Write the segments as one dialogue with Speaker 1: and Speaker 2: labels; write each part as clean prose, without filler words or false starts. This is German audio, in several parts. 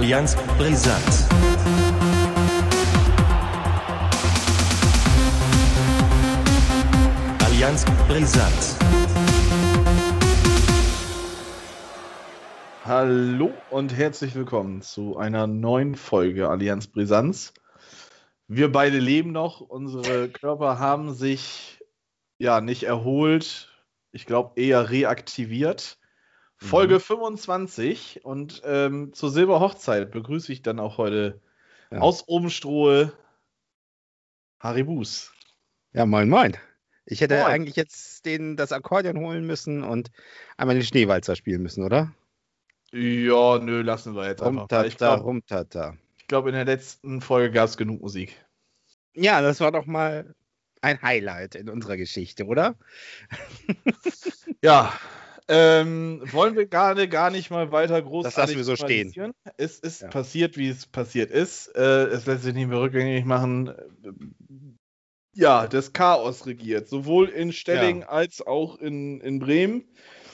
Speaker 1: Allianz Brisant. Allianz Brisant.
Speaker 2: Hallo und herzlich willkommen zu einer neuen Folge Allianz Brisanz. Wir beide leben noch, unsere Körper haben sich nicht erholt, ich glaube eher reaktiviert. Folge 25 und zur Silberhochzeit begrüße ich dann auch heute aus Obenstrohe Harry Buß.
Speaker 3: Ja, moin moin. Ich hätte eigentlich jetzt das Akkordeon holen müssen und einmal den Schneewalzer spielen müssen, oder?
Speaker 2: Ja, nö, lassen wir jetzt einfach. Ich glaube, in der letzten Folge gab es genug Musik.
Speaker 3: Ja, das war doch mal ein Highlight in unserer Geschichte, oder?
Speaker 2: Ja, wollen wir gar nicht mal weiter groß.
Speaker 3: Das lassen wir so stehen.
Speaker 2: Es ist passiert, wie es passiert ist. Es lässt sich nicht mehr rückgängig machen. Ja, das Chaos regiert, sowohl in Stelling als auch in Bremen.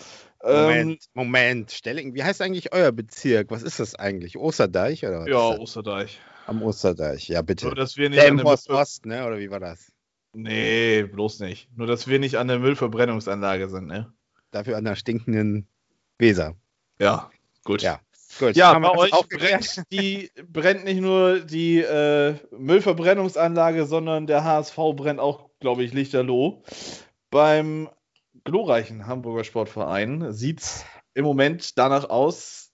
Speaker 3: Moment, Stelling, wie heißt eigentlich euer Bezirk? Was ist das eigentlich? Osterdeich oder was?
Speaker 2: Ja, Osterdeich.
Speaker 3: Am Osterdeich, ja bitte.
Speaker 2: Nur, dass wir nicht
Speaker 3: im Ost, ne? Oder wie war das?
Speaker 2: Nee, bloß nicht. Nur, dass wir nicht an der Müllverbrennungsanlage sind, ne?
Speaker 3: Dafür an der stinkenden Weser.
Speaker 2: Ja, gut.
Speaker 3: Ja, gut.
Speaker 2: Ja, bei euch brennt nicht nur die Müllverbrennungsanlage, sondern der HSV brennt auch, glaube ich, lichterloh. Beim glorreichen Hamburger Sportverein sieht es im Moment danach aus,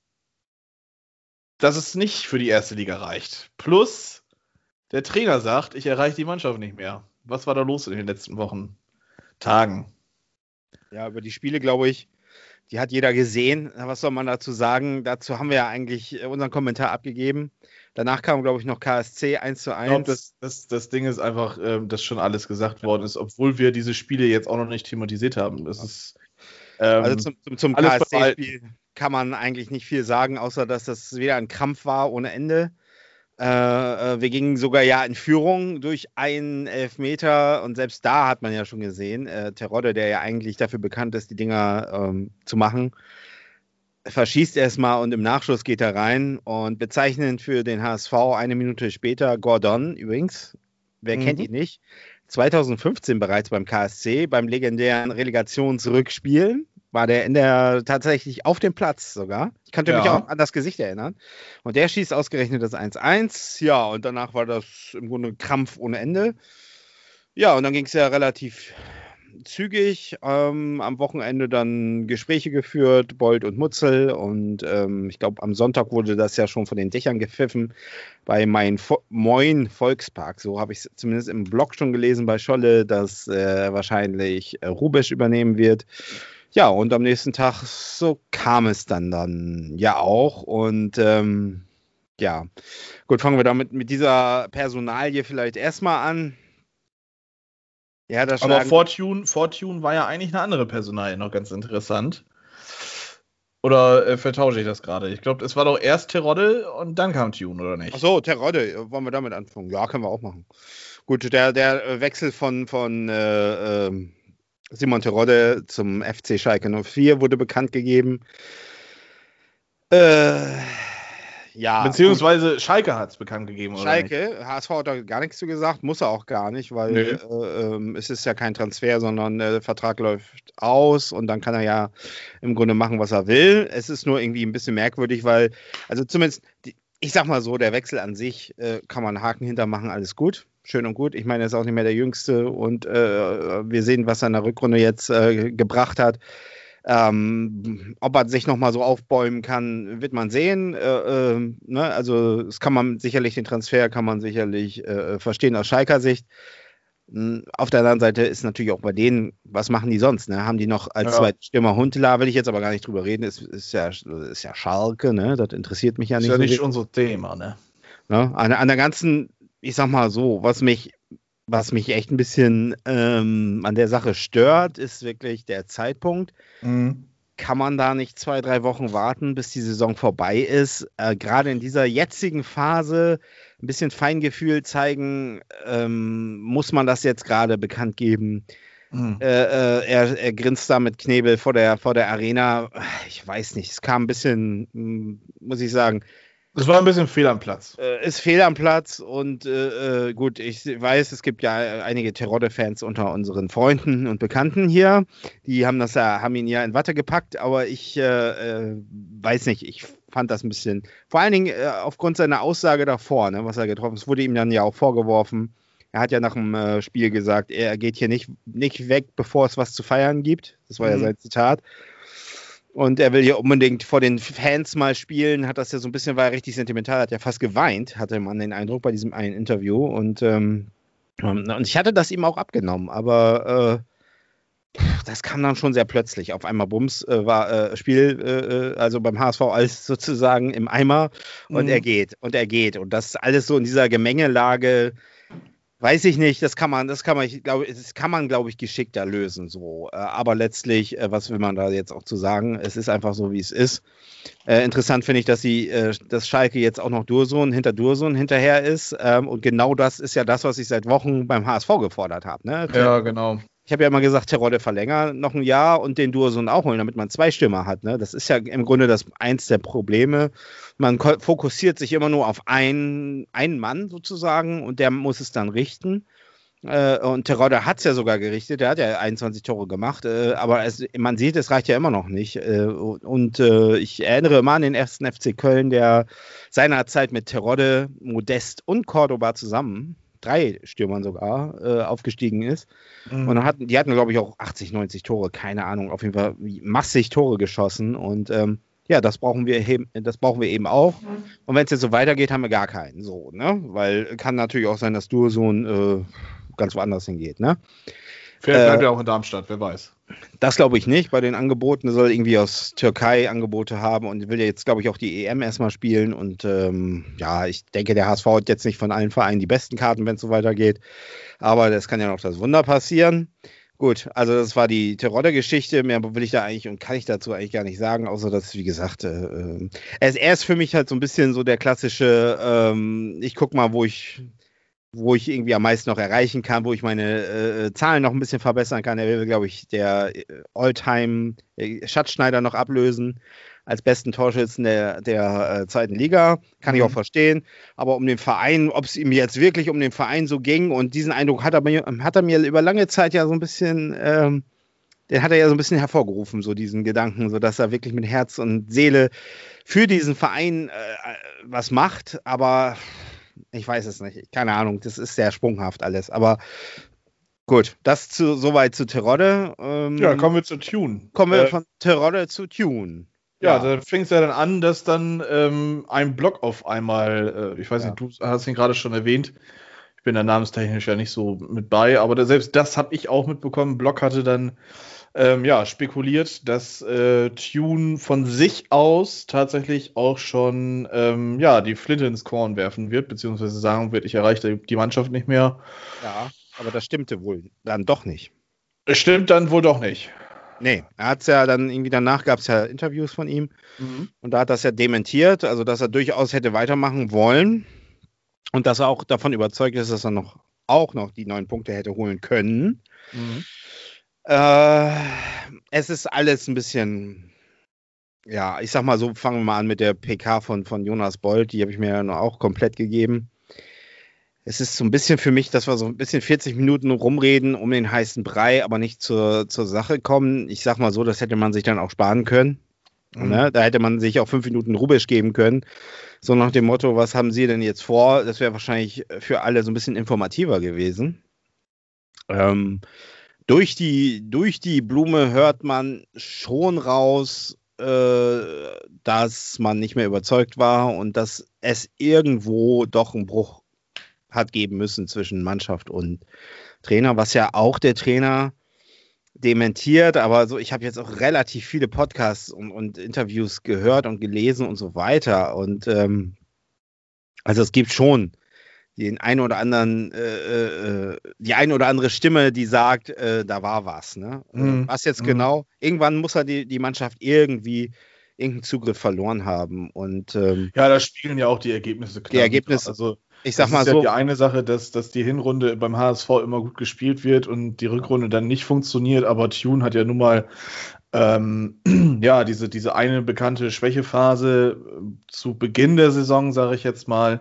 Speaker 2: dass es nicht für die erste Liga reicht. Plus, der Trainer sagt, ich erreiche die Mannschaft nicht mehr. Was war da los in den letzten Wochen, Tagen?
Speaker 3: Ja, über die Spiele, glaube ich, die hat jeder gesehen. Was soll man dazu sagen? Dazu haben wir ja eigentlich unseren Kommentar abgegeben. Danach kam, glaube ich, noch KSC 1:1.
Speaker 2: Ich glaube, das Ding ist einfach, dass schon alles gesagt worden ist, obwohl wir diese Spiele jetzt auch noch nicht thematisiert haben. Das ist,
Speaker 3: also zum KSC-Spiel kann man eigentlich nicht viel sagen, außer dass das wieder ein Krampf war ohne Ende. Wir gingen sogar in Führung durch einen Elfmeter und selbst da hat man ja schon gesehen, Terodde, der ja eigentlich dafür bekannt ist, die Dinger zu machen, verschießt erstmal und im Nachschuss geht er rein und bezeichnend für den HSV eine Minute später Gordon übrigens, wer kennt ihn nicht, 2015 bereits beim KSC, beim legendären Relegationsrückspiel, war der tatsächlich auf dem Platz sogar. Ich konnte mich auch an das Gesicht erinnern. Und der schießt ausgerechnet das 1:1. Ja, und danach war das im Grunde Krampf ohne Ende. Ja, und dann ging es ja relativ zügig. Am Wochenende dann Gespräche geführt, Bold und Mutzel. Und ich glaube, am Sonntag wurde das ja schon von den Dächern gepfiffen bei Moin Volkspark. So habe ich es zumindest im Blog schon gelesen bei Scholle, dass wahrscheinlich Rubesch übernehmen wird. Ja, und am nächsten Tag, so kam es dann ja auch. Und gut, fangen wir damit mit dieser Personalie vielleicht erstmal an. Ja,
Speaker 2: aber Fortune war ja eigentlich eine andere Personalie, noch ganz interessant. Oder vertausche ich das gerade? Ich glaube, es war doch erst Terodde und dann kam Tune, oder nicht?
Speaker 3: Achso, Terodde, wollen wir damit anfangen? Ja, können wir auch machen. Gut, der Wechsel von Simon Terodde zum FC Schalke 04 wurde bekannt gegeben.
Speaker 2: Beziehungsweise gut. Schalke hat es bekannt gegeben, oder
Speaker 3: Schalke,
Speaker 2: nicht?
Speaker 3: HSV hat da gar nichts zu gesagt, muss er auch gar nicht, weil es ist ja kein Transfer, sondern der Vertrag läuft aus und dann kann er ja im Grunde machen, was er will. Es ist nur irgendwie ein bisschen merkwürdig, weil, also zumindest, ich sag mal so, der Wechsel an sich kann man einen Haken hintermachen, alles gut. Schön und gut. Ich meine, er ist auch nicht mehr der Jüngste und wir sehen, was er in der Rückrunde jetzt gebracht hat. Ob er sich nochmal so aufbäumen kann, wird man sehen. Also den Transfer kann man sicherlich verstehen aus Schalker Sicht. Auf der anderen Seite ist natürlich auch bei denen, was machen die sonst? Ne? Haben die noch als zweiten Stürmer Huntelaar, will ich jetzt aber gar nicht drüber reden, ist ja Schalke, ne? Das interessiert mich ja nicht.
Speaker 2: Ist ja nicht unser Thema, ne?
Speaker 3: An der ganzen, ich sag mal so, was mich echt ein bisschen an der Sache stört, ist wirklich der Zeitpunkt. Kann man da nicht 2-3 Wochen warten, bis die Saison vorbei ist? Gerade in dieser jetzigen Phase ein bisschen Feingefühl zeigen, muss man das jetzt gerade bekannt geben? Er grinst da mit Knebel vor der Arena. Ich weiß nicht, es kam ein bisschen, muss ich sagen,
Speaker 2: Das war ein bisschen fehl am Platz.
Speaker 3: Ist fehl am Platz und gut, ich weiß, es gibt ja einige Terodde-Fans unter unseren Freunden und Bekannten hier. Die haben ihn ja in Watte gepackt, aber ich weiß nicht, ich fand das ein bisschen, vor allen Dingen aufgrund seiner Aussage davor, ne, was er getroffen hat. Es wurde ihm dann ja auch vorgeworfen. Er hat ja nach dem Spiel gesagt, er geht hier nicht weg, bevor es was zu feiern gibt. Das war ja sein Zitat. Und er will hier unbedingt vor den Fans mal spielen, hat das ja so ein bisschen, war er richtig sentimental, hat ja fast geweint, hatte man den Eindruck bei diesem einen Interview. Und ich hatte das ihm auch abgenommen, aber das kam dann schon sehr plötzlich. Auf einmal Bums war Spiel, also beim HSV alles sozusagen im Eimer und er geht. Und das alles so in dieser Gemengelage. Weiß ich nicht, das kann man, glaube ich, geschickter lösen, so. Aber letztlich, was will man da jetzt auch zu sagen? Es ist einfach so, wie es ist. Interessant finde ich, dass Schalke jetzt auch noch hinter Dursun hinterher ist. Und genau das ist ja das, was ich seit Wochen beim HSV gefordert habe. Ne?
Speaker 2: Ja, genau.
Speaker 3: Ich habe ja immer gesagt, Terodde verlängern noch ein Jahr und den Dursun auch holen, damit man 2 Stürmer hat. Ne? Das ist ja im Grunde eins der Probleme. Man fokussiert sich immer nur auf einen Mann sozusagen und der muss es dann richten. Und Terodde hat es ja sogar gerichtet, der hat ja 21 Tore gemacht, aber man sieht, es reicht ja immer noch nicht. Ich erinnere immer an den ersten FC Köln, der seinerzeit mit Terodde, Modest und Cordoba zusammen 3 Stürmern sogar aufgestiegen ist. Und die hatten, glaube ich, auch 80, 90 Tore, keine Ahnung, auf jeden Fall massig Tore geschossen. Und das brauchen wir eben auch. Und wenn es jetzt so weitergeht, haben wir gar keinen. So, ne? Weil kann natürlich auch sein, dass Dursun ganz woanders hingeht. Ne?
Speaker 2: Vielleicht bleibt er auch in Darmstadt, wer weiß.
Speaker 3: Das glaube ich nicht. Bei den Angeboten, er soll irgendwie aus Türkei Angebote haben und will ja jetzt, glaube ich, auch die EM erstmal spielen. Und ich denke, der HSV hat jetzt nicht von allen Vereinen die besten Karten, wenn es so weitergeht. Aber das kann ja noch das Wunder passieren. Gut, also das war die Terodde-Geschichte. Mehr will ich da eigentlich und kann ich dazu eigentlich gar nicht sagen, außer dass, wie gesagt, er ist für mich halt so ein bisschen so der klassische, ich guck mal, wo ich irgendwie am meisten noch erreichen kann, wo ich meine Zahlen noch ein bisschen verbessern kann. Er will, glaube ich, der All-Time Schatzschneider noch ablösen als besten Torschützen der zweiten Liga. Kann ich auch verstehen. Aber um den Verein, ob es ihm jetzt wirklich um den Verein so ging und diesen Eindruck hat er mir über lange Zeit ja so ein bisschen, den hat er ja so ein bisschen hervorgerufen, so diesen Gedanken, so dass er wirklich mit Herz und Seele für diesen Verein was macht. Aber ich weiß es nicht. Keine Ahnung. Das ist sehr sprunghaft alles. Aber gut, das soweit zu Terodde.
Speaker 2: Kommen wir zu Tune.
Speaker 3: Kommen wir von Terodde zu Tune.
Speaker 2: Ja, da fing es ja dann an, dass dann ein Blog auf einmal, ich weiß nicht, du hast ihn gerade schon erwähnt, ich bin da namenstechnisch ja nicht so mit bei, aber selbst das habe ich auch mitbekommen. Blog hatte dann spekuliert, dass Tune von sich aus tatsächlich auch schon die Flinte ins Korn werfen wird, beziehungsweise sagen wird, ich erreiche die Mannschaft nicht mehr.
Speaker 3: Ja, aber das stimmte wohl dann doch nicht.
Speaker 2: Es stimmt dann wohl doch nicht.
Speaker 3: Nee, er hat es ja dann irgendwie danach, gab es ja Interviews von ihm und da hat das ja dementiert, also dass er durchaus hätte weitermachen wollen und dass er auch davon überzeugt ist, dass er auch noch die 9 Punkte hätte holen können. Es ist alles ein bisschen, ja, ich sag mal so, fangen wir mal an mit der PK von Jonas Bold, die habe ich mir ja noch auch komplett gegeben. Es ist so ein bisschen für mich, dass wir so ein bisschen 40 Minuten rumreden um den heißen Brei, aber nicht zur Sache kommen. Ich sag mal so, das hätte man sich dann auch sparen können. Ne? Da hätte man sich auch 5 Minuten Rubisch geben können. So nach dem Motto, was haben Sie denn jetzt vor? Das wäre wahrscheinlich für alle so ein bisschen informativer gewesen. Durch die Blume hört man schon raus, dass man nicht mehr überzeugt war und dass es irgendwo doch einen Bruch hat geben müssen zwischen Mannschaft und Trainer, was ja auch der Trainer dementiert, aber so, ich habe jetzt auch relativ viele Podcasts und Interviews gehört und gelesen und so weiter und also es gibt schon die eine oder andere Stimme, die sagt, da war was, ne? Was jetzt genau? Irgendwann muss er die Mannschaft irgendeinen Zugriff verloren haben und
Speaker 2: da spiegeln ja auch die Ergebnisse klar.
Speaker 3: Die Ergebnisse,
Speaker 2: also
Speaker 3: ich sag mal
Speaker 2: so.
Speaker 3: so.
Speaker 2: Die eine Sache, dass die Hinrunde beim HSV immer gut gespielt wird und die Rückrunde dann nicht funktioniert, aber Tune hat ja nun mal diese eine bekannte Schwächephase, zu Beginn der Saison, sage ich jetzt mal,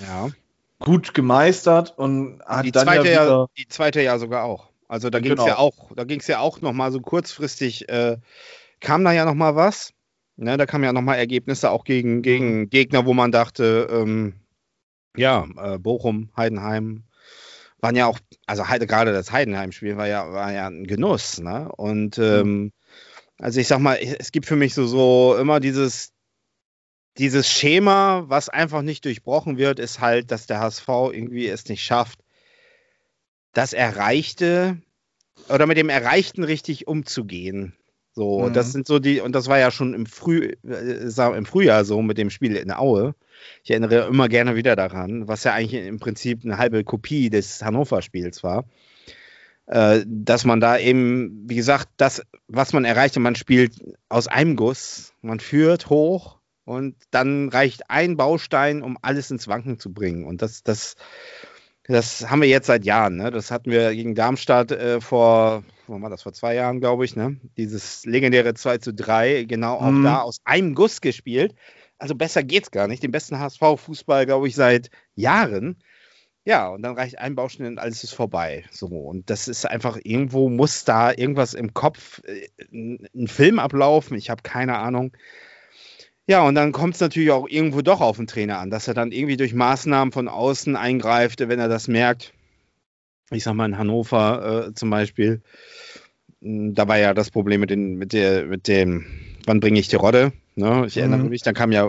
Speaker 2: gut gemeistert und hat
Speaker 3: die
Speaker 2: dann
Speaker 3: zweite die zweite Jahr sogar auch. Also da ging es
Speaker 2: Genau.
Speaker 3: ja auch noch mal so kurzfristig, kam da ja noch mal was. Ne, da kamen ja noch mal Ergebnisse auch gegen Gegner, wo man dachte, Bochum, Heidenheim waren ja auch, also gerade das Heidenheim-Spiel war ja ein Genuss. Ne? Und also ich sag mal, es gibt für mich so immer dieses Schema, was einfach nicht durchbrochen wird, ist halt, dass der HSV irgendwie es nicht schafft, das Erreichte oder mit dem Erreichten richtig umzugehen. So, das sind so und das war ja schon im Frühjahr so mit dem Spiel in Aue. Ich erinnere immer gerne wieder daran, was ja eigentlich im Prinzip eine halbe Kopie des Hannover-Spiels war. Dass man da eben, wie gesagt, das, was man erreicht, man spielt aus einem Guss, man führt hoch und dann reicht ein Baustein, um alles ins Wanken zu bringen. Und das haben wir jetzt seit Jahren. Ne? Das hatten wir gegen Darmstadt vor 2 Jahren, glaube ich. Ne? Dieses legendäre 2:3, genau auch da aus einem Guss gespielt. Also besser geht's gar nicht. Den besten HSV-Fußball, glaube ich, seit Jahren. Ja, und dann reicht ein Baustein und alles ist vorbei. So, und das ist einfach, irgendwo muss da irgendwas im Kopf, ein Film ablaufen. Ich habe keine Ahnung. Ja, und dann kommt es natürlich auch irgendwo doch auf den Trainer an, dass er dann irgendwie durch Maßnahmen von außen eingreift, wenn er das merkt. Ich sag mal in Hannover zum Beispiel, da war ja das Problem mit dem, wann bringe ich die Rodde? Ne? Ich erinnere mich, dann kam ja,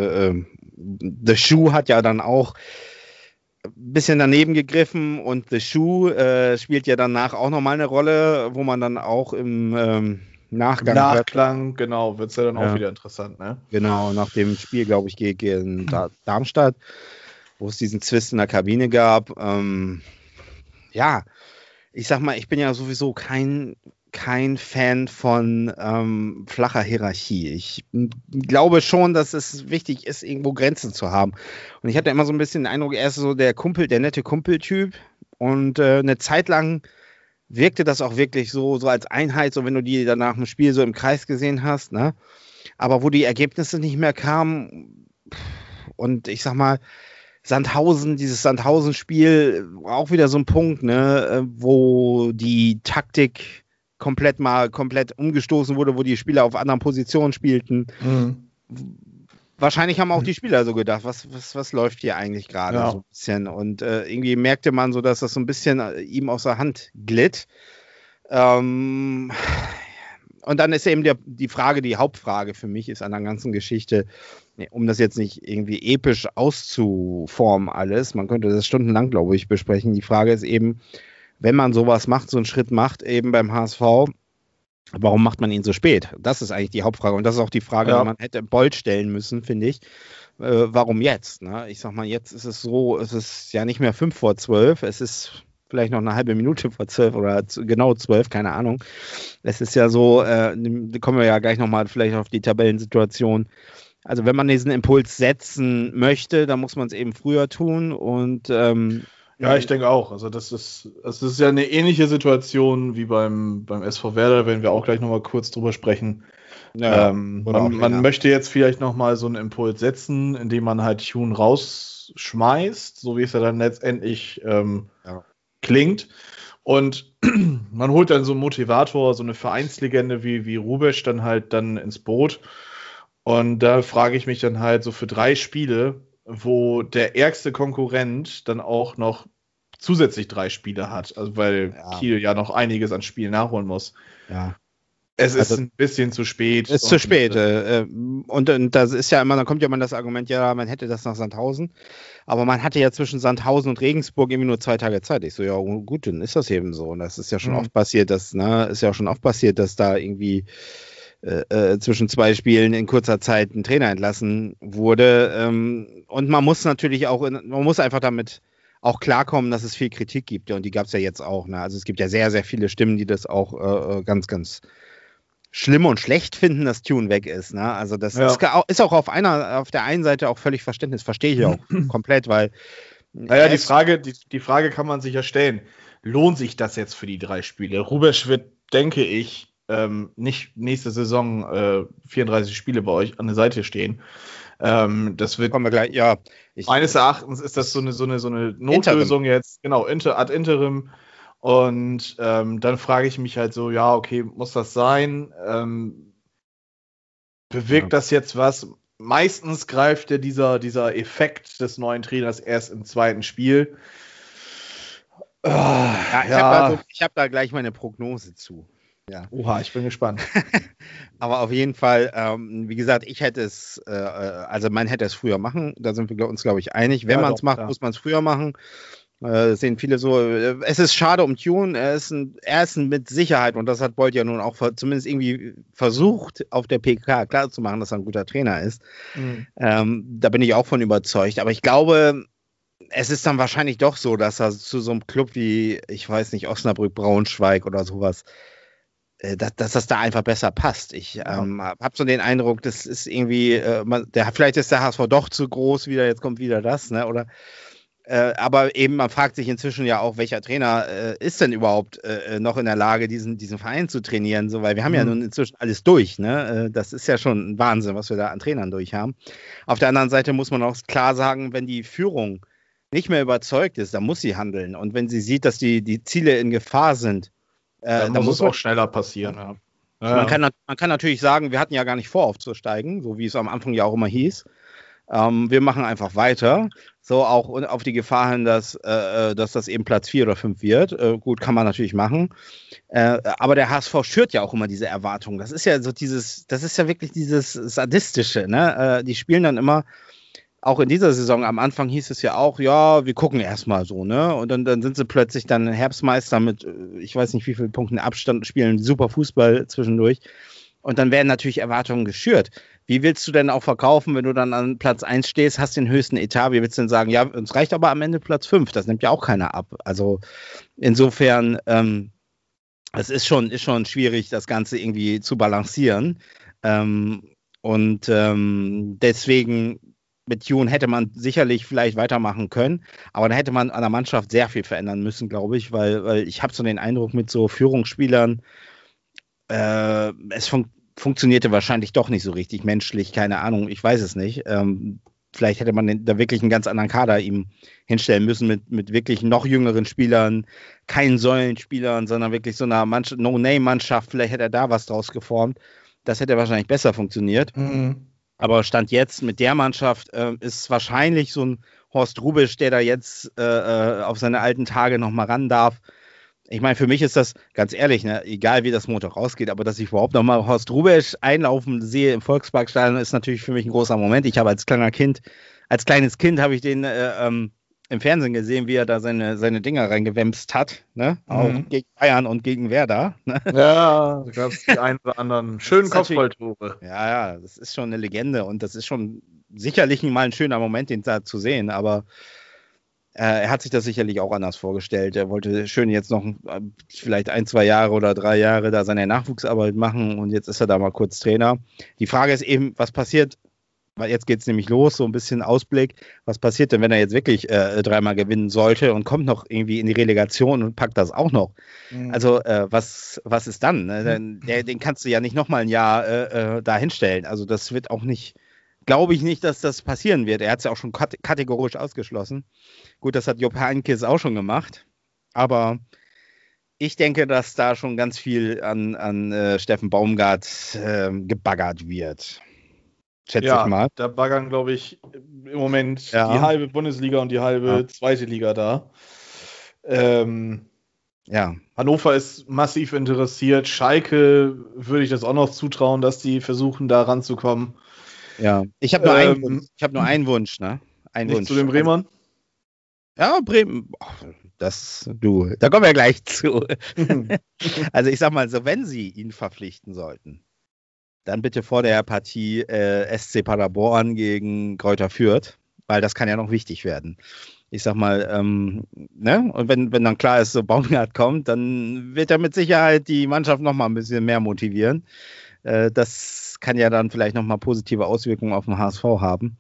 Speaker 3: The Shoe hat ja dann auch ein bisschen daneben gegriffen und The Shoe spielt ja danach auch nochmal eine Rolle, wo man dann auch im
Speaker 2: Nachklang, genau, wird es ja dann auch wieder interessant, ne?
Speaker 3: Genau, nach dem Spiel, glaube ich, gegen Darmstadt, wo es diesen Zwist in der Kabine gab. Ich sag mal, ich bin ja sowieso kein Fan von flacher Hierarchie. Ich glaube schon, dass es wichtig ist, irgendwo Grenzen zu haben. Und ich hatte immer so ein bisschen den Eindruck, er ist so der nette Kumpeltyp. Und eine Zeit lang wirkte das auch wirklich so als Einheit, so wenn du die danach im Spiel so im Kreis gesehen hast, ne? Aber wo die Ergebnisse nicht mehr kamen und ich sag mal, dieses Sandhausen-Spiel war auch wieder so ein Punkt, ne, wo die Taktik komplett umgestoßen wurde, wo die Spieler auf anderen Positionen spielten. Wahrscheinlich haben auch die Spieler so gedacht, was läuft hier eigentlich gerade so ein bisschen. Und irgendwie merkte man so, dass das so ein bisschen ihm aus der Hand glitt. Und dann ist eben die Frage, die Hauptfrage für mich ist an der ganzen Geschichte, um das jetzt nicht irgendwie episch auszuformen alles, man könnte das stundenlang, glaube ich, besprechen. Die Frage ist eben, wenn man sowas macht, so einen Schritt macht, eben beim HSV, warum macht man ihn so spät? Das ist eigentlich die Hauptfrage. Und das ist auch die Frage, die man hätte Bold stellen müssen, finde ich. Warum jetzt? Ne? Ich sag mal, jetzt ist es so, es ist ja nicht mehr 5:12, es ist vielleicht noch eine halbe Minute vor 12 oder genau 12, keine Ahnung. Es ist ja so, da kommen wir ja gleich nochmal vielleicht auf die Tabellensituation. Also wenn man diesen Impuls setzen möchte, dann muss man es eben früher tun und
Speaker 2: ja, ich denke auch. Also das ist ja eine ähnliche Situation wie beim SV Werder, wenn wir auch gleich nochmal kurz drüber sprechen.
Speaker 3: Ja,
Speaker 2: man möchte jetzt vielleicht nochmal so einen Impuls setzen, indem man halt Tune rausschmeißt, so wie es ja dann letztendlich klingt. Und man holt dann so einen Motivator, so eine Vereinslegende wie Rubesch dann ins Boot. Und da frage ich mich dann halt so für 3 Spiele, wo der ärgste Konkurrent dann auch noch zusätzlich 3 Spiele hat, also weil Kiel ja noch einiges an Spielen nachholen muss.
Speaker 3: Ja.
Speaker 2: Es ist ein bisschen zu spät.
Speaker 3: Es ist zu spät. Und das ist ja immer, dann kommt ja immer das Argument, ja, man hätte das nach Sandhausen. Aber man hatte ja zwischen Sandhausen und Regensburg irgendwie nur 2 Tage Zeit. Ich so, ja gut, dann ist das eben so. Und das ist ja schon oft passiert, dass da irgendwie zwischen 2 Spielen in kurzer Zeit ein Trainer entlassen wurde. Und man muss natürlich auch, man muss einfach damit auch klarkommen, dass es viel Kritik gibt. Und die gab es ja jetzt auch. Ne? Also es gibt ja sehr, sehr viele Stimmen, die das auch ganz, ganz schlimm und schlecht finden, dass Tune weg ist. Ne? Also das ist auch auf der einen Seite auch völlig Verständnis. Verstehe ich auch komplett, weil
Speaker 2: naja, die Frage kann man sich ja stellen. Lohnt sich das jetzt für die 3 Spiele? Rubesch wird, denke ich, nicht nächste Saison 34 Spiele bei euch an der Seite stehen. Das wird,
Speaker 3: kommen wir gleich, ja.
Speaker 2: Meines Erachtens ist das so eine Notlösung jetzt, genau, ad interim. Und dann frage ich mich halt so, ja, okay, muss das sein? Bewirkt das jetzt was? Meistens greift ja dieser Effekt des neuen Trainers erst im zweiten Spiel.
Speaker 3: Ich habe da gleich meine Prognose zu. Ja.
Speaker 2: Oha, ich bin gespannt.
Speaker 3: Aber auf jeden Fall, wie gesagt, ich hätte es, man hätte es früher machen. Da sind wir uns, glaube ich, einig. Wenn man es macht, muss man es früher machen. Das sehen viele so. Es ist schade um Tune. Er ist mit Sicherheit, und das hat Bolt ja nun auch zumindest irgendwie versucht, auf der PK klarzumachen, dass er ein guter Trainer ist. Da bin ich auch von überzeugt. Aber ich glaube, es ist dann wahrscheinlich doch so, dass er zu so einem Club wie, ich weiß nicht, Osnabrück, Braunschweig oder sowas, dass das da einfach besser passt. Ich habe so den Eindruck, das ist irgendwie, vielleicht ist der HSV doch zu groß wieder, jetzt kommt wieder das, ne? Oder aber eben, man fragt sich inzwischen ja auch, welcher Trainer ist denn überhaupt noch in der Lage, diesen Verein zu trainieren, so, weil wir haben ja nun inzwischen alles durch, ne? Das ist ja schon ein Wahnsinn, was wir da an Trainern durch haben. Auf der anderen Seite muss man auch klar sagen, wenn die Führung nicht mehr überzeugt ist, dann muss sie handeln. Und wenn sie sieht, dass die Ziele in Gefahr sind,
Speaker 2: dann muss es auch schneller passieren. Ja.
Speaker 3: Man kann natürlich sagen, wir hatten ja gar nicht vor, aufzusteigen, so wie es am Anfang ja auch immer hieß. Wir machen einfach weiter, so auch auf die Gefahr hin, dass das eben Platz 4 oder 5 wird. Gut, kann man natürlich machen. Aber der HSV schürt ja auch immer diese Erwartungen. Das ist ja so das ist ja wirklich dieses Sadistische, ne? Die spielen dann immer, auch in dieser Saison, am Anfang hieß es ja auch, ja, wir gucken erstmal so, ne? Und dann sind sie plötzlich dann Herbstmeister mit, ich weiß nicht wie viele Punkten Abstand, spielen super Fußball zwischendurch. Und dann werden natürlich Erwartungen geschürt. Wie willst du denn auch verkaufen, wenn du dann an Platz 1 stehst, hast den höchsten Etat? Wie willst du denn sagen, ja, uns reicht aber am Ende Platz 5? Das nimmt ja auch keiner ab. Also insofern, es ist schon schwierig, das Ganze irgendwie zu balancieren. Deswegen mit Tune hätte man sicherlich vielleicht weitermachen können, aber da hätte man an der Mannschaft sehr viel verändern müssen, glaube ich, weil ich habe so den Eindruck, mit so Führungsspielern, es funktionierte wahrscheinlich doch nicht so richtig menschlich, keine Ahnung, ich weiß es nicht. Vielleicht hätte man da wirklich einen ganz anderen Kader ihm hinstellen müssen mit wirklich noch jüngeren Spielern, keinen Säulenspielern, sondern wirklich so einer No-Name-Mannschaft. Vielleicht hätte er da was draus geformt. Das hätte wahrscheinlich besser funktioniert. Aber Stand jetzt mit der Mannschaft ist wahrscheinlich so ein Horst Rubisch, der da jetzt auf seine alten Tage nochmal ran darf. Ich meine, für mich ist das, ganz ehrlich, ne, egal wie das Montag rausgeht, aber dass ich überhaupt nochmal Horst Rubisch einlaufen sehe im Volksparkstadion, ist natürlich für mich ein großer Moment. Ich habe als kleines Kind habe ich den im Fernsehen gesehen, wie er da seine Dinger reingewämst hat, ne? Auch gegen Bayern und gegen Werder. Ne?
Speaker 2: Ja, da gab es die einen oder anderen schönen Kopfballtore.
Speaker 3: Ja, das ist schon eine Legende und das ist schon sicherlich mal ein schöner Moment, den da zu sehen, aber er hat sich das sicherlich auch anders vorgestellt. Er wollte schön jetzt noch vielleicht 1, 2 Jahre oder 3 Jahre da seine Nachwuchsarbeit machen und jetzt ist er da mal kurz Trainer. Die Frage ist eben, was passiert, weil jetzt geht es nämlich los, so ein bisschen Ausblick, was passiert denn, wenn er jetzt wirklich 3-mal gewinnen sollte und kommt noch irgendwie in die Relegation und packt das auch noch? Also was ist dann? Ne? Den kannst du ja nicht nochmal ein Jahr da hinstellen. Also das wird auch nicht, glaube ich nicht, dass das passieren wird. Er hat es ja auch schon kategorisch ausgeschlossen. Gut, das hat Jupp Heynckes auch schon gemacht. Aber ich denke, dass da schon ganz viel an Steffen Baumgart gebaggert wird. Schätze ich mal.
Speaker 2: Da baggern, glaube ich, im Moment die halbe Bundesliga und die halbe zweite Liga da. Hannover ist massiv interessiert. Schalke würde ich das auch noch zutrauen, dass die versuchen, da ranzukommen.
Speaker 3: Ja, ich habe nur einen Wunsch. Ich habe nur einen Wunsch, ne?
Speaker 2: Nicht zu den Bremern?
Speaker 3: Ja, Bremen. Da kommen wir gleich zu. Also ich sag mal so, wenn sie ihn verpflichten sollten, dann bitte vor der Partie SC Paderborn gegen Greuther Fürth, weil das kann ja noch wichtig werden. Ich sag mal, ne? Und wenn dann klar ist, so Baumgart kommt, dann wird er mit Sicherheit die Mannschaft noch mal ein bisschen mehr motivieren. Das kann ja dann vielleicht noch mal positive Auswirkungen auf den HSV haben.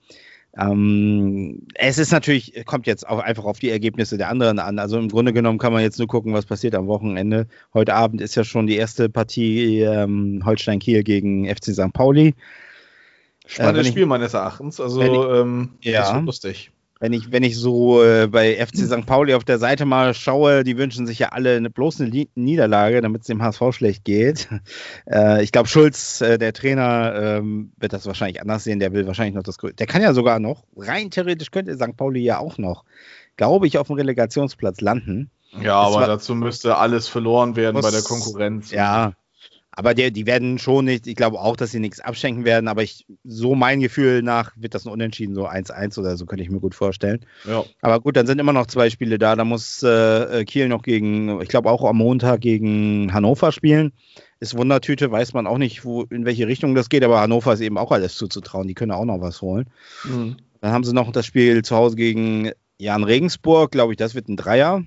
Speaker 3: Es ist natürlich, kommt jetzt auch einfach auf die Ergebnisse der anderen an. Also im Grunde genommen kann man jetzt nur gucken, was passiert am Wochenende. Heute Abend ist ja schon die erste Partie Holstein Kiel gegen FC St. Pauli.
Speaker 2: Spannendes Spiel meines Erachtens. Also, das wird lustig.
Speaker 3: Wenn ich so bei FC St. Pauli auf der Seite mal schaue, die wünschen sich ja alle bloß eine Niederlage, damit es dem HSV schlecht geht. Ich glaube, Schulz, der Trainer, wird das wahrscheinlich anders sehen. Der will wahrscheinlich noch der kann ja sogar noch, rein theoretisch könnte St. Pauli ja auch noch, glaube ich, auf dem Relegationsplatz landen.
Speaker 2: Ja, aber dazu müsste alles verloren werden bei der Konkurrenz.
Speaker 3: Ja. Aber die werden schon nicht, ich glaube auch, dass sie nichts abschenken werden, aber so mein Gefühl nach wird das ein Unentschieden, so 1-1 oder so, könnte ich mir gut vorstellen.
Speaker 2: Ja.
Speaker 3: Aber gut, dann sind immer noch 2 Spiele da. Da muss Kiel noch ich glaube auch am Montag gegen Hannover spielen. Ist Wundertüte, weiß man auch nicht, in welche Richtung das geht, aber Hannover ist eben auch alles zuzutrauen, die können auch noch was holen. Mhm. Dann haben sie noch das Spiel zu Hause gegen Jan Regensburg, glaube ich, das wird ein Dreier.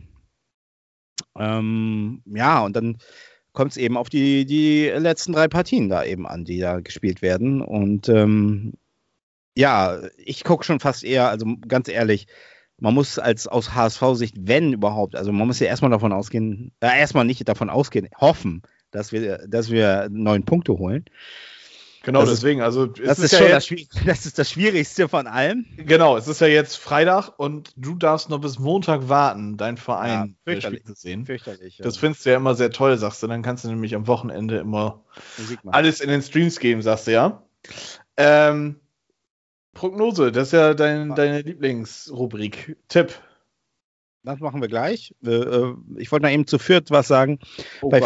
Speaker 3: Und dann kommt es eben auf die letzten 3 Partien da eben an, die da gespielt werden. Und ich gucke schon fast eher, also ganz ehrlich, man muss aus HSV-Sicht, wenn überhaupt, also man muss ja erstmal nicht davon ausgehen, hoffen, dass wir 9 Punkte holen.
Speaker 2: Genau, deswegen, also
Speaker 3: das ist das Schwierigste von allem.
Speaker 2: Genau, es ist ja jetzt Freitag und du darfst noch bis Montag warten, deinen Verein zu sehen.
Speaker 3: Fürchterlich.
Speaker 2: Das findest du ja immer sehr toll, sagst du. Dann kannst du nämlich am Wochenende immer alles in den Streams geben, sagst du ja. Prognose, das ist ja deine Lieblingsrubrik. Tipp.
Speaker 3: Das machen wir gleich. Ich wollte noch eben zu Fürth was sagen. Bei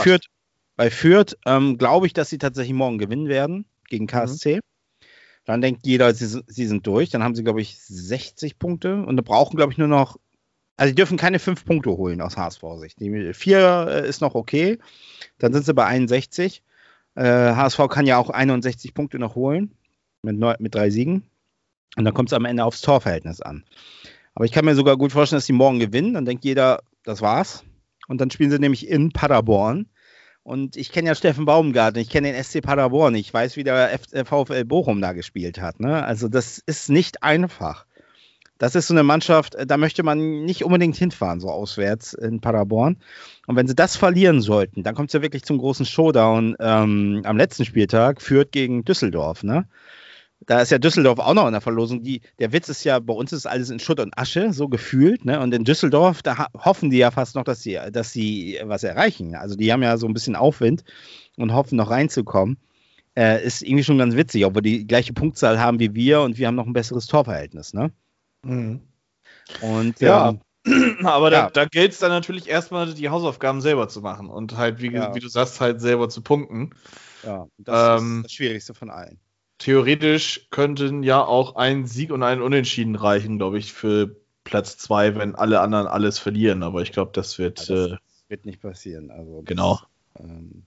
Speaker 3: Fürth glaube ich, dass sie tatsächlich morgen gewinnen werden gegen KSC. Dann denkt jeder, sie sind durch. Dann haben sie, glaube ich, 60 Punkte und da brauchen, glaube ich, nur noch, also sie dürfen keine 5 Punkte holen aus HSV-Sicht. Die 4 ist noch okay. Dann sind sie bei 61. HSV kann ja auch 61 Punkte noch holen mit 3 Siegen. Und dann kommt es am Ende aufs Torverhältnis an. Aber ich kann mir sogar gut vorstellen, dass sie morgen gewinnen. Dann denkt jeder, das war's. Und dann spielen sie nämlich in Paderborn. Und ich kenne ja Steffen Baumgarten, ich kenne den SC Paderborn, ich weiß, wie der VfL Bochum da gespielt hat. Ne? Also das ist nicht einfach. Das ist so eine Mannschaft, da möchte man nicht unbedingt hinfahren, so auswärts in Paderborn. Und wenn sie das verlieren sollten, dann kommt es ja wirklich zum großen Showdown am letzten Spieltag, Fürth gegen Düsseldorf. Ne? Da ist ja Düsseldorf auch noch in der Verlosung. Der Witz ist ja, bei uns ist alles in Schutt und Asche, so gefühlt. Ne? Und in Düsseldorf, da hoffen die ja fast noch, dass sie was erreichen. Also die haben ja so ein bisschen Aufwind und hoffen noch reinzukommen. Ist irgendwie schon ganz witzig, ob wir die gleiche Punktzahl haben wie wir und wir haben noch ein besseres Torverhältnis. Ne?
Speaker 2: Mhm.
Speaker 3: Und
Speaker 2: aber da gilt es dann natürlich erstmal, die Hausaufgaben selber zu machen und halt, wie du sagst, halt selber zu punkten.
Speaker 3: Ja, das ist das Schwierigste von allen.
Speaker 2: Theoretisch könnten ja auch ein Sieg und ein Unentschieden reichen, glaube ich, für Platz 2, wenn alle anderen alles verlieren. Aber ich glaube, das wird
Speaker 3: nicht passieren. Also
Speaker 2: genau. Kommen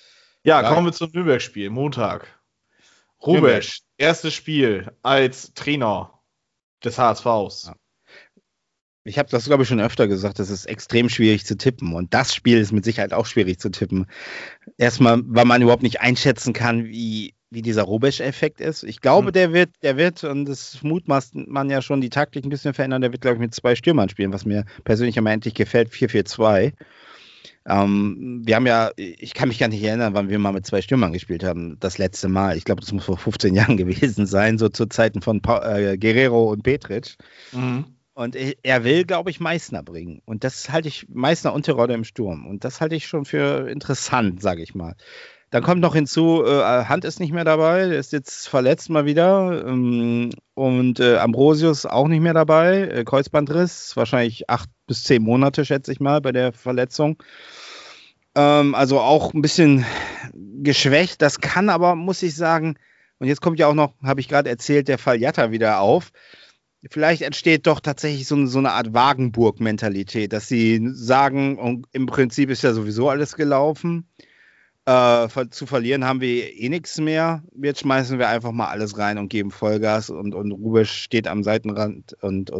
Speaker 2: wir zum Nürnberg-Spiel, Montag. Rubesch, erstes Spiel als Trainer des HSVs.
Speaker 3: Ja. Ich habe das, glaube ich, schon öfter gesagt, das ist extrem schwierig zu tippen. Und das Spiel ist mit Sicherheit auch schwierig zu tippen. Erstmal, weil man überhaupt nicht einschätzen kann, wie dieser Rubesch-Effekt ist. Ich glaube, der wird, und das mutmaßt man ja schon, die Taktik ein bisschen verändern, der wird, glaube ich, mit 2 Stürmern spielen, was mir persönlich immer endlich gefällt, 4-4-2. Wir haben ja, ich kann mich gar nicht erinnern, wann wir mal mit 2 Stürmern gespielt haben, das letzte Mal. Ich glaube, das muss vor 15 Jahren gewesen sein, so zu Zeiten von Guerrero und Petric. Mhm. Und er will, glaube ich, Meißner bringen. Und das halte ich, Meißner und Terodde im Sturm. Und das halte ich schon für interessant, sage ich mal. Dann kommt noch hinzu, Hand ist nicht mehr dabei, der ist jetzt verletzt mal wieder. Und Ambrosius auch nicht mehr dabei. Kreuzbandriss, wahrscheinlich 8 bis 10 Monate, schätze ich mal, bei der Verletzung. Also auch ein bisschen geschwächt. Das kann aber, muss ich sagen, und jetzt kommt ja auch noch, habe ich gerade erzählt, der Fall Jatta wieder auf. Vielleicht entsteht doch tatsächlich so eine Art Wagenburg-Mentalität, dass sie sagen, und im Prinzip ist ja sowieso alles gelaufen. Zu verlieren haben wir eh nichts mehr. Jetzt schmeißen wir einfach mal alles rein und geben Vollgas und Rubesch steht am Seitenrand und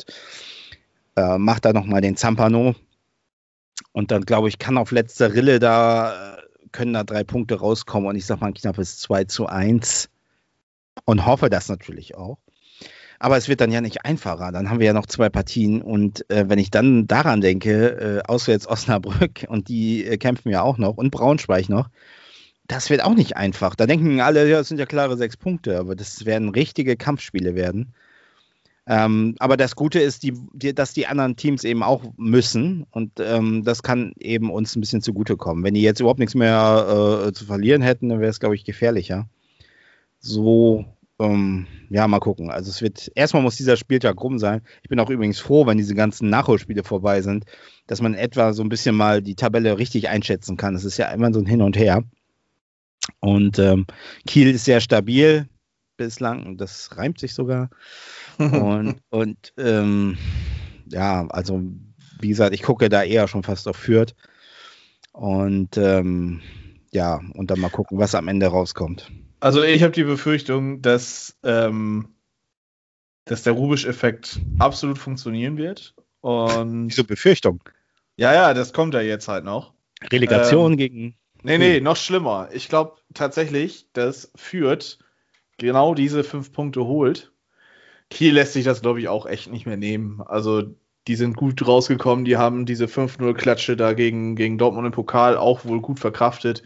Speaker 3: macht da nochmal den Zampano. Und dann, glaube ich, kann auf letzter Rille können da 3 Punkte rauskommen und ich sage mal ein knappes 2-1 und hoffe das natürlich auch. Aber es wird dann ja nicht einfacher. Dann haben wir ja noch 2 Partien. Und wenn ich dann daran denke, auswärts Osnabrück und die kämpfen ja auch noch und Braunschweig noch, das wird auch nicht einfach. Da denken alle, ja, das sind ja klare 6 Punkte, aber das werden richtige Kampfspiele werden. Aber das Gute ist, dass die anderen Teams eben auch müssen und das kann eben uns ein bisschen zugutekommen. Wenn die jetzt überhaupt nichts mehr zu verlieren hätten, dann wäre es, glaube ich, gefährlicher. So, ja, mal gucken. Also erstmal muss dieser Spieltag rum sein. Ich bin auch übrigens froh, wenn diese ganzen Nachholspiele vorbei sind, dass man etwa so ein bisschen mal die Tabelle richtig einschätzen kann. Es ist ja immer so ein Hin und Her. Und Kiel ist sehr stabil bislang und das reimt sich sogar. Und ja, also wie gesagt, ich gucke da eher schon fast auf Fürth und ja, und dann mal gucken, was am Ende rauskommt.
Speaker 2: Also ich habe die Befürchtung, dass der Rubisch-Effekt absolut funktionieren wird. Und
Speaker 3: Diese Befürchtung.
Speaker 2: ja, das kommt ja jetzt halt noch.
Speaker 3: Relegation gegen...
Speaker 2: Nee, noch schlimmer. Ich glaube tatsächlich, dass Fürth genau diese 5 Punkte holt. Kiel lässt sich das, glaube ich, auch echt nicht mehr nehmen. Also, die sind gut rausgekommen. Die haben diese 5-0-Klatsche da gegen Dortmund im Pokal auch wohl gut verkraftet.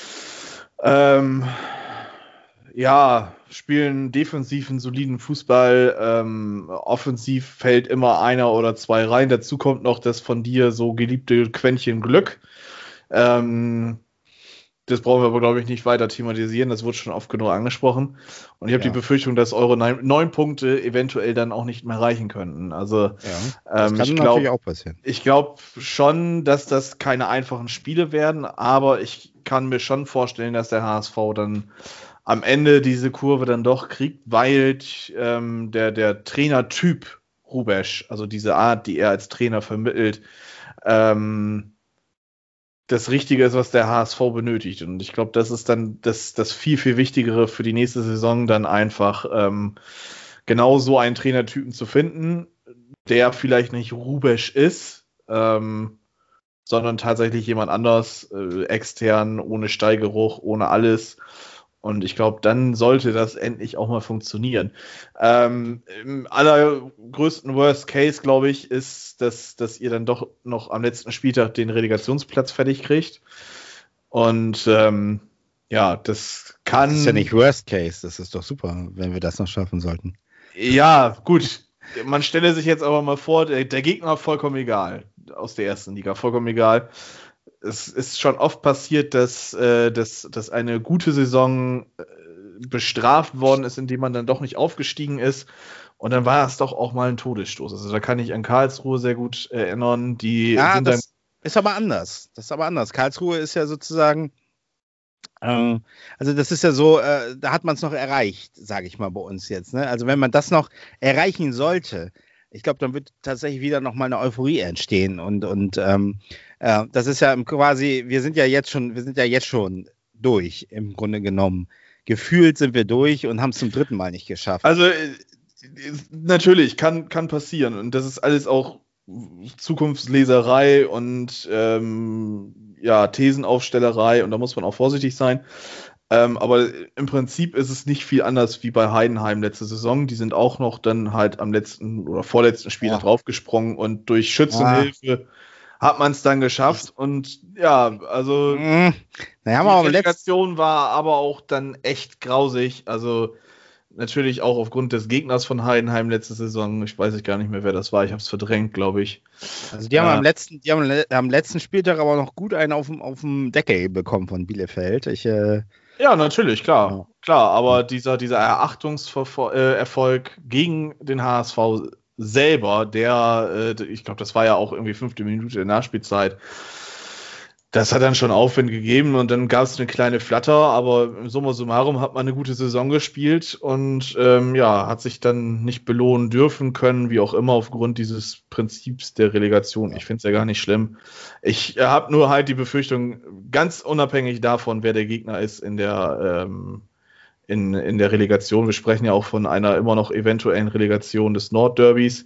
Speaker 2: Ja, spielen defensiv einen soliden Fußball. Offensiv fällt immer einer oder zwei rein. Dazu kommt noch das von dir so geliebte Quäntchen Glück. Das brauchen wir aber, glaube ich, nicht weiter thematisieren. Das wurde schon oft genug angesprochen. Und ich habe die Befürchtung, dass eure 9 Punkte eventuell dann auch nicht mehr reichen könnten. Also,
Speaker 3: das kann natürlich auch passieren.
Speaker 2: Ich glaube schon, dass das keine einfachen Spiele werden, aber ich kann mir schon vorstellen, dass der HSV dann am Ende diese Kurve dann doch kriegt, weil der Trainertyp Rubesch, also diese Art, die er als Trainer vermittelt, das Richtige ist, was der HSV benötigt. Und ich glaube, das ist dann das viel, viel Wichtigere für die nächste Saison, dann einfach genau so einen Trainertypen zu finden, der vielleicht nicht Rubesch ist, sondern tatsächlich jemand anders, extern, ohne Stallgeruch, ohne alles. Und ich glaube, dann sollte das endlich auch mal funktionieren. Im allergrößten Worst Case, glaube ich, ist, dass ihr dann doch noch am letzten Spieltag den Relegationsplatz fertig kriegt. Und ja, das kann...
Speaker 3: Das ist ja nicht Worst Case, das ist doch super, wenn wir das noch schaffen sollten.
Speaker 2: Ja, gut. Man stelle sich jetzt aber mal vor, der Gegner vollkommen egal. Aus der ersten Liga, vollkommen egal. Es ist schon oft passiert, dass eine gute Saison bestraft worden ist, indem man dann doch nicht aufgestiegen ist. Und dann war es doch auch mal ein Todesstoß. Also da kann ich an Karlsruhe sehr gut erinnern.
Speaker 3: Das ist aber anders. Karlsruhe ist ja sozusagen, also das ist ja so, da hat man es noch erreicht, sage ich mal bei uns jetzt. Ne? Also wenn man das noch erreichen sollte, ich glaube, dann wird tatsächlich wieder noch mal eine Euphorie entstehen. Und das ist ja quasi, wir sind ja jetzt schon durch, im Grunde genommen. Gefühlt sind wir durch und haben es zum 3. Mal nicht geschafft.
Speaker 2: Also natürlich, kann passieren. Und das ist alles auch Zukunftsleserei und Thesenaufstellerei. Und da muss man auch vorsichtig sein. Aber im Prinzip ist es nicht viel anders wie bei Heidenheim letzte Saison. Die sind auch noch dann halt am letzten oder vorletzten Spiel draufgesprungen und durch Schützenhilfe hat man es dann geschafft. Und ja, also die Relegation war aber auch dann echt grausig. Also natürlich auch aufgrund des Gegners von Heidenheim letzte Saison. Ich weiß gar nicht mehr, wer das war. Ich habe es verdrängt, glaube ich.
Speaker 3: Also die haben am letzten Spieltag aber noch gut einen auf dem Deckel bekommen von Bielefeld.
Speaker 2: Ja, natürlich, klar. Klar, aber dieser Erachtungserfolg gegen den HSV selber, ich glaube, das war ja auch irgendwie 5. Minute der Nachspielzeit, das hat dann schon Aufwind gegeben und dann gab es eine kleine Flatter, aber summa summarum hat man eine gute Saison gespielt und hat sich dann nicht belohnen dürfen können, wie auch immer, aufgrund dieses Prinzips der Relegation. Ich finde es ja gar nicht schlimm. Ich habe nur halt die Befürchtung, ganz unabhängig davon, wer der Gegner ist in der Relegation. Wir sprechen ja auch von einer immer noch eventuellen Relegation des Nordderbys.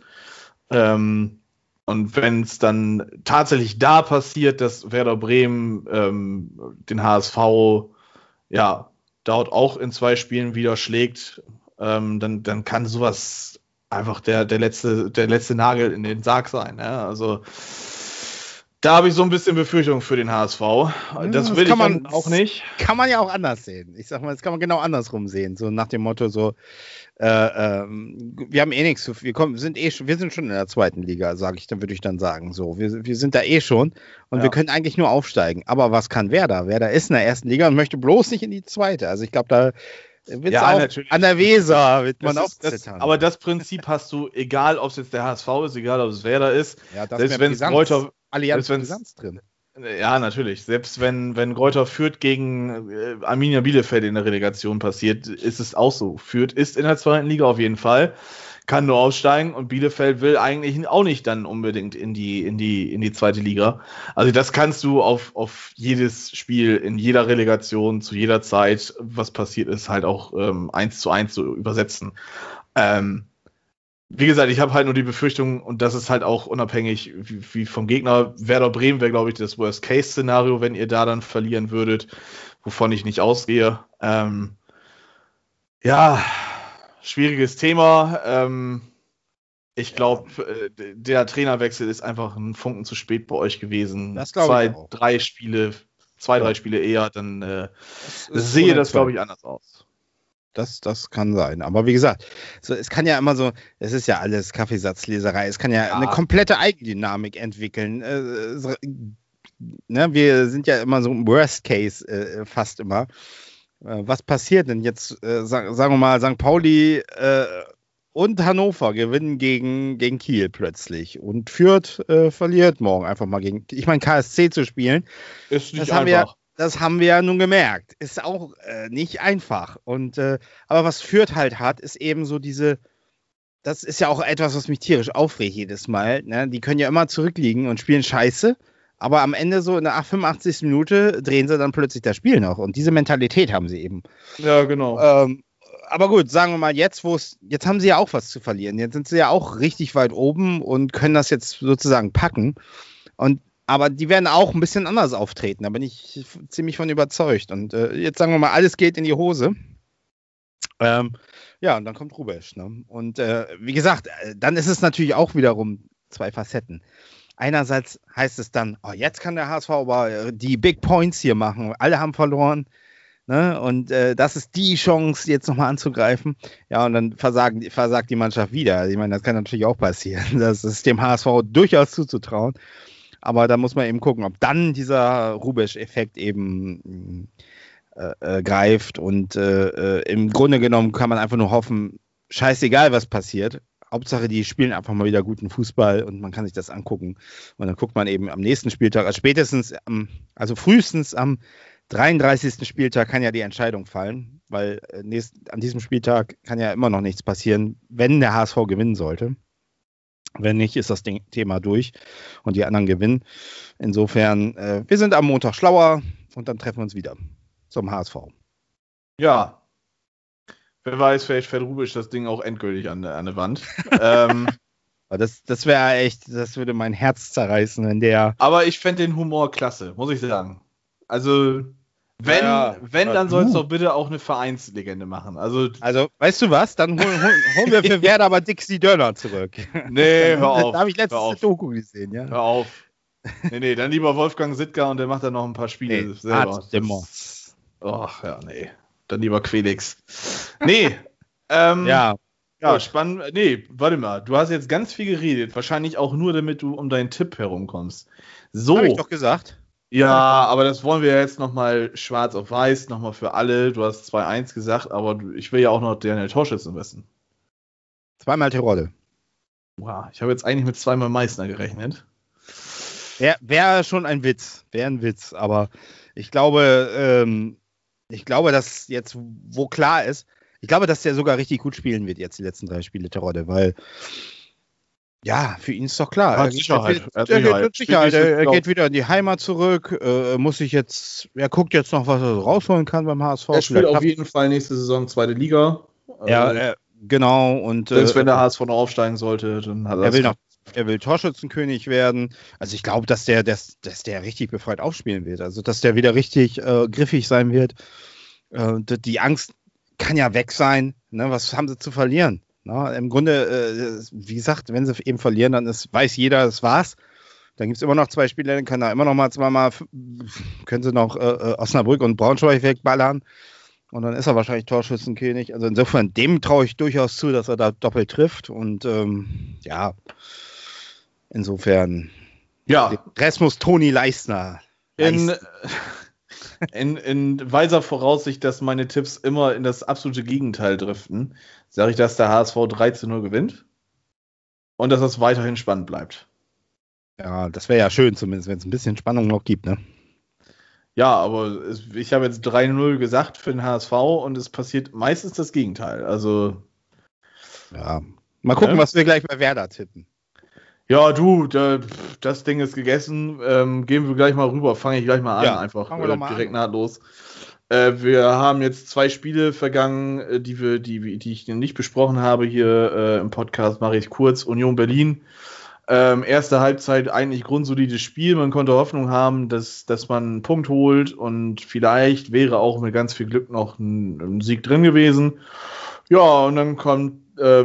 Speaker 2: Und wenn es dann tatsächlich da passiert, dass Werder Bremen den HSV dort auch in 2 Spielen wieder schlägt, dann kann sowas einfach der letzte Nagel in den Sarg sein. Ja? Also Da habe ich so ein bisschen Befürchtung für den HSV. Das will man auch nicht.
Speaker 3: Kann man ja auch anders sehen. Ich sag mal, das kann man genau andersrum sehen. So nach dem Motto so, wir haben eh nichts, wir sind schon in der zweiten Liga, würde ich dann sagen. So, wir sind da eh schon und wir können eigentlich nur aufsteigen. Aber was kann Werder? Werder ist in der ersten Liga und möchte bloß nicht in die zweite. Also ich glaube, da wird es auch natürlich. An der Weser wird man auch zittern.
Speaker 2: Aber das Prinzip hast du, egal ob es jetzt der HSV ist, egal ob es Werder ist,
Speaker 3: ja, das
Speaker 2: selbst wenn es Greuther
Speaker 3: Allianz drin.
Speaker 2: Ja, natürlich. Selbst wenn Greuther Fürth gegen Arminia Bielefeld in der Relegation passiert, ist es auch so. Fürth ist in der zweiten Liga auf jeden Fall, kann nur aussteigen und Bielefeld will eigentlich auch nicht dann unbedingt in die zweite Liga. Also das kannst du auf jedes Spiel in jeder Relegation zu jeder Zeit, was passiert ist, halt auch 1:1 so übersetzen. Wie gesagt, ich habe halt nur die Befürchtung, und das ist halt auch unabhängig wie vom Gegner. Werder Bremen wäre, glaube ich, das Worst-Case-Szenario, wenn ihr da dann verlieren würdet, wovon ich nicht ausgehe. Ja, schwieriges Thema. Ich glaube, der Trainerwechsel ist einfach ein Funken zu spät bei euch gewesen.
Speaker 3: Das glaube ich auch.
Speaker 2: 3 Spiele eher, dann sehe das, glaube ich, anders aus.
Speaker 3: Das kann sein. Aber wie gesagt, es kann ja immer so, es ist ja alles Kaffeesatzleserei, es kann ja eine komplette Eigendynamik entwickeln. Wir sind ja immer so im Worst Case fast immer. Was passiert denn jetzt, sagen wir mal, St. Pauli und Hannover gewinnen gegen Kiel plötzlich und Fürth verliert morgen einfach mal gegen, ich meine, KSC zu spielen.
Speaker 2: Ist nicht einfach.
Speaker 3: Das haben wir ja nun gemerkt. Ist auch nicht einfach. Und aber was Fürth halt hat, ist eben so das ist ja auch etwas, was mich tierisch aufregt jedes Mal. Ne? Die können ja immer zurückliegen und spielen Scheiße, aber am Ende so in der 85. Minute drehen sie dann plötzlich das Spiel noch. Und diese Mentalität haben sie eben.
Speaker 2: Ja, genau.
Speaker 3: Aber gut, sagen wir mal, jetzt haben sie ja auch was zu verlieren. Jetzt sind sie ja auch richtig weit oben und können das jetzt sozusagen packen. Aber die werden auch ein bisschen anders auftreten, da bin ich ziemlich von überzeugt. Und jetzt sagen wir mal, alles geht in die Hose. Und dann kommt Rubesch. Ne? Und wie gesagt, dann ist es natürlich auch wiederum 2 Facetten. Einerseits heißt es dann, jetzt kann der HSV aber die Big Points hier machen. Alle haben verloren. Ne? Und das ist die Chance, jetzt nochmal anzugreifen. Ja, und dann versagt die Mannschaft wieder. Ich meine, das kann natürlich auch passieren. Das ist dem HSV durchaus zuzutrauen. Aber da muss man eben gucken, ob dann dieser Rubesch-Effekt eben greift. Und im Grunde genommen kann man einfach nur hoffen, scheißegal, was passiert. Hauptsache, die spielen einfach mal wieder guten Fußball und man kann sich das angucken. Und dann guckt man eben am nächsten Spieltag, also frühestens am 33. Spieltag kann ja die Entscheidung fallen, weil an diesem Spieltag kann ja immer noch nichts passieren, wenn der HSV gewinnen sollte. Wenn nicht, ist das Thema durch und die anderen gewinnen. Insofern, wir sind am Montag schlauer und dann treffen wir uns wieder zum HSV.
Speaker 2: Ja. Wer weiß, vielleicht fährt Rubisch das Ding auch endgültig an der Wand.
Speaker 3: Das wäre echt, das würde mein Herz zerreißen, wenn der...
Speaker 2: Aber ich fände den Humor klasse, muss ich sagen. Also... Wenn, dann soll es doch bitte auch eine Vereinslegende machen. Also
Speaker 3: weißt du was? Dann holen wir für Werder aber Dixie Dörner zurück.
Speaker 2: Nee, hör auf.
Speaker 3: Da habe ich letztens Doku gesehen, ja.
Speaker 2: Hör auf. Nee, dann lieber Wolfgang Sittger und der macht dann noch ein paar Spiele selber. Ach ja, nee. Dann lieber Quelix. Nee. Ja, spannend. Nee, warte mal. Du hast jetzt ganz viel geredet. Wahrscheinlich auch nur, damit du um deinen Tipp herumkommst. So.
Speaker 3: Habe ich doch gesagt.
Speaker 2: Ja, aber das wollen wir jetzt nochmal schwarz auf weiß, nochmal für alle. Du hast 2-1 gesagt, aber ich will ja auch noch Daniel Torschützen wissen.
Speaker 3: 2-mal Terodde.
Speaker 2: Wow, ich habe jetzt eigentlich mit 2-mal Meißner gerechnet.
Speaker 3: Wäre schon ein Witz. Wäre ein Witz, aber ich glaube, dass jetzt, wo klar ist, ich glaube, dass der sogar richtig gut spielen wird jetzt die letzten 3 Spiele Terodde, weil ja, für ihn ist doch klar.
Speaker 2: Er
Speaker 3: geht wieder in die Heimat zurück, er guckt jetzt noch, was er rausholen kann beim HSV.
Speaker 2: Er spielt auf jeden Fall nächste Saison 2. Liga.
Speaker 3: Genau. Und
Speaker 2: selbst wenn der HSV noch aufsteigen sollte, dann hat
Speaker 3: er will Torschützenkönig werden. Also ich glaube, dass der richtig befreit aufspielen wird. Also dass der wieder richtig griffig sein wird. Die Angst kann ja weg sein. Ne? Was haben sie zu verlieren? Na, im Grunde, wie gesagt, wenn sie eben verlieren, dann weiß jeder, das war's. Dann gibt es immer noch 2 Spiele, dann kann er immer noch mal zweimal, können sie noch Osnabrück und Braunschweig wegballern. Und dann ist er wahrscheinlich Torschützenkönig. Also insofern, dem traue ich durchaus zu, dass er da doppelt trifft. Und ja, insofern, den Rest muss Toni Leistner leisten.
Speaker 2: In weiser Voraussicht, dass meine Tipps immer in das absolute Gegenteil driften, sage ich, dass der HSV 3-0 gewinnt und dass das weiterhin spannend bleibt.
Speaker 3: Ja, das wäre ja schön, zumindest, wenn es ein bisschen Spannung noch gibt, ne?
Speaker 2: Ja, aber ich habe jetzt 3-0 gesagt für den HSV und es passiert meistens das Gegenteil. Also.
Speaker 3: Ja. Mal gucken, was wir gleich bei Werder tippen.
Speaker 2: Ja, du, das Ding ist gegessen. Gehen wir gleich mal rüber. Fange ich gleich mal an, einfach direkt nahtlos. Wir haben jetzt 2 Spiele vergangen, die ich nicht besprochen habe hier im Podcast, mache ich kurz. Union Berlin. Erste Halbzeit eigentlich grundsolides Spiel. Man konnte Hoffnung haben, dass man einen Punkt holt und vielleicht wäre auch mit ganz viel Glück noch ein Sieg drin gewesen. Ja, und dann kommt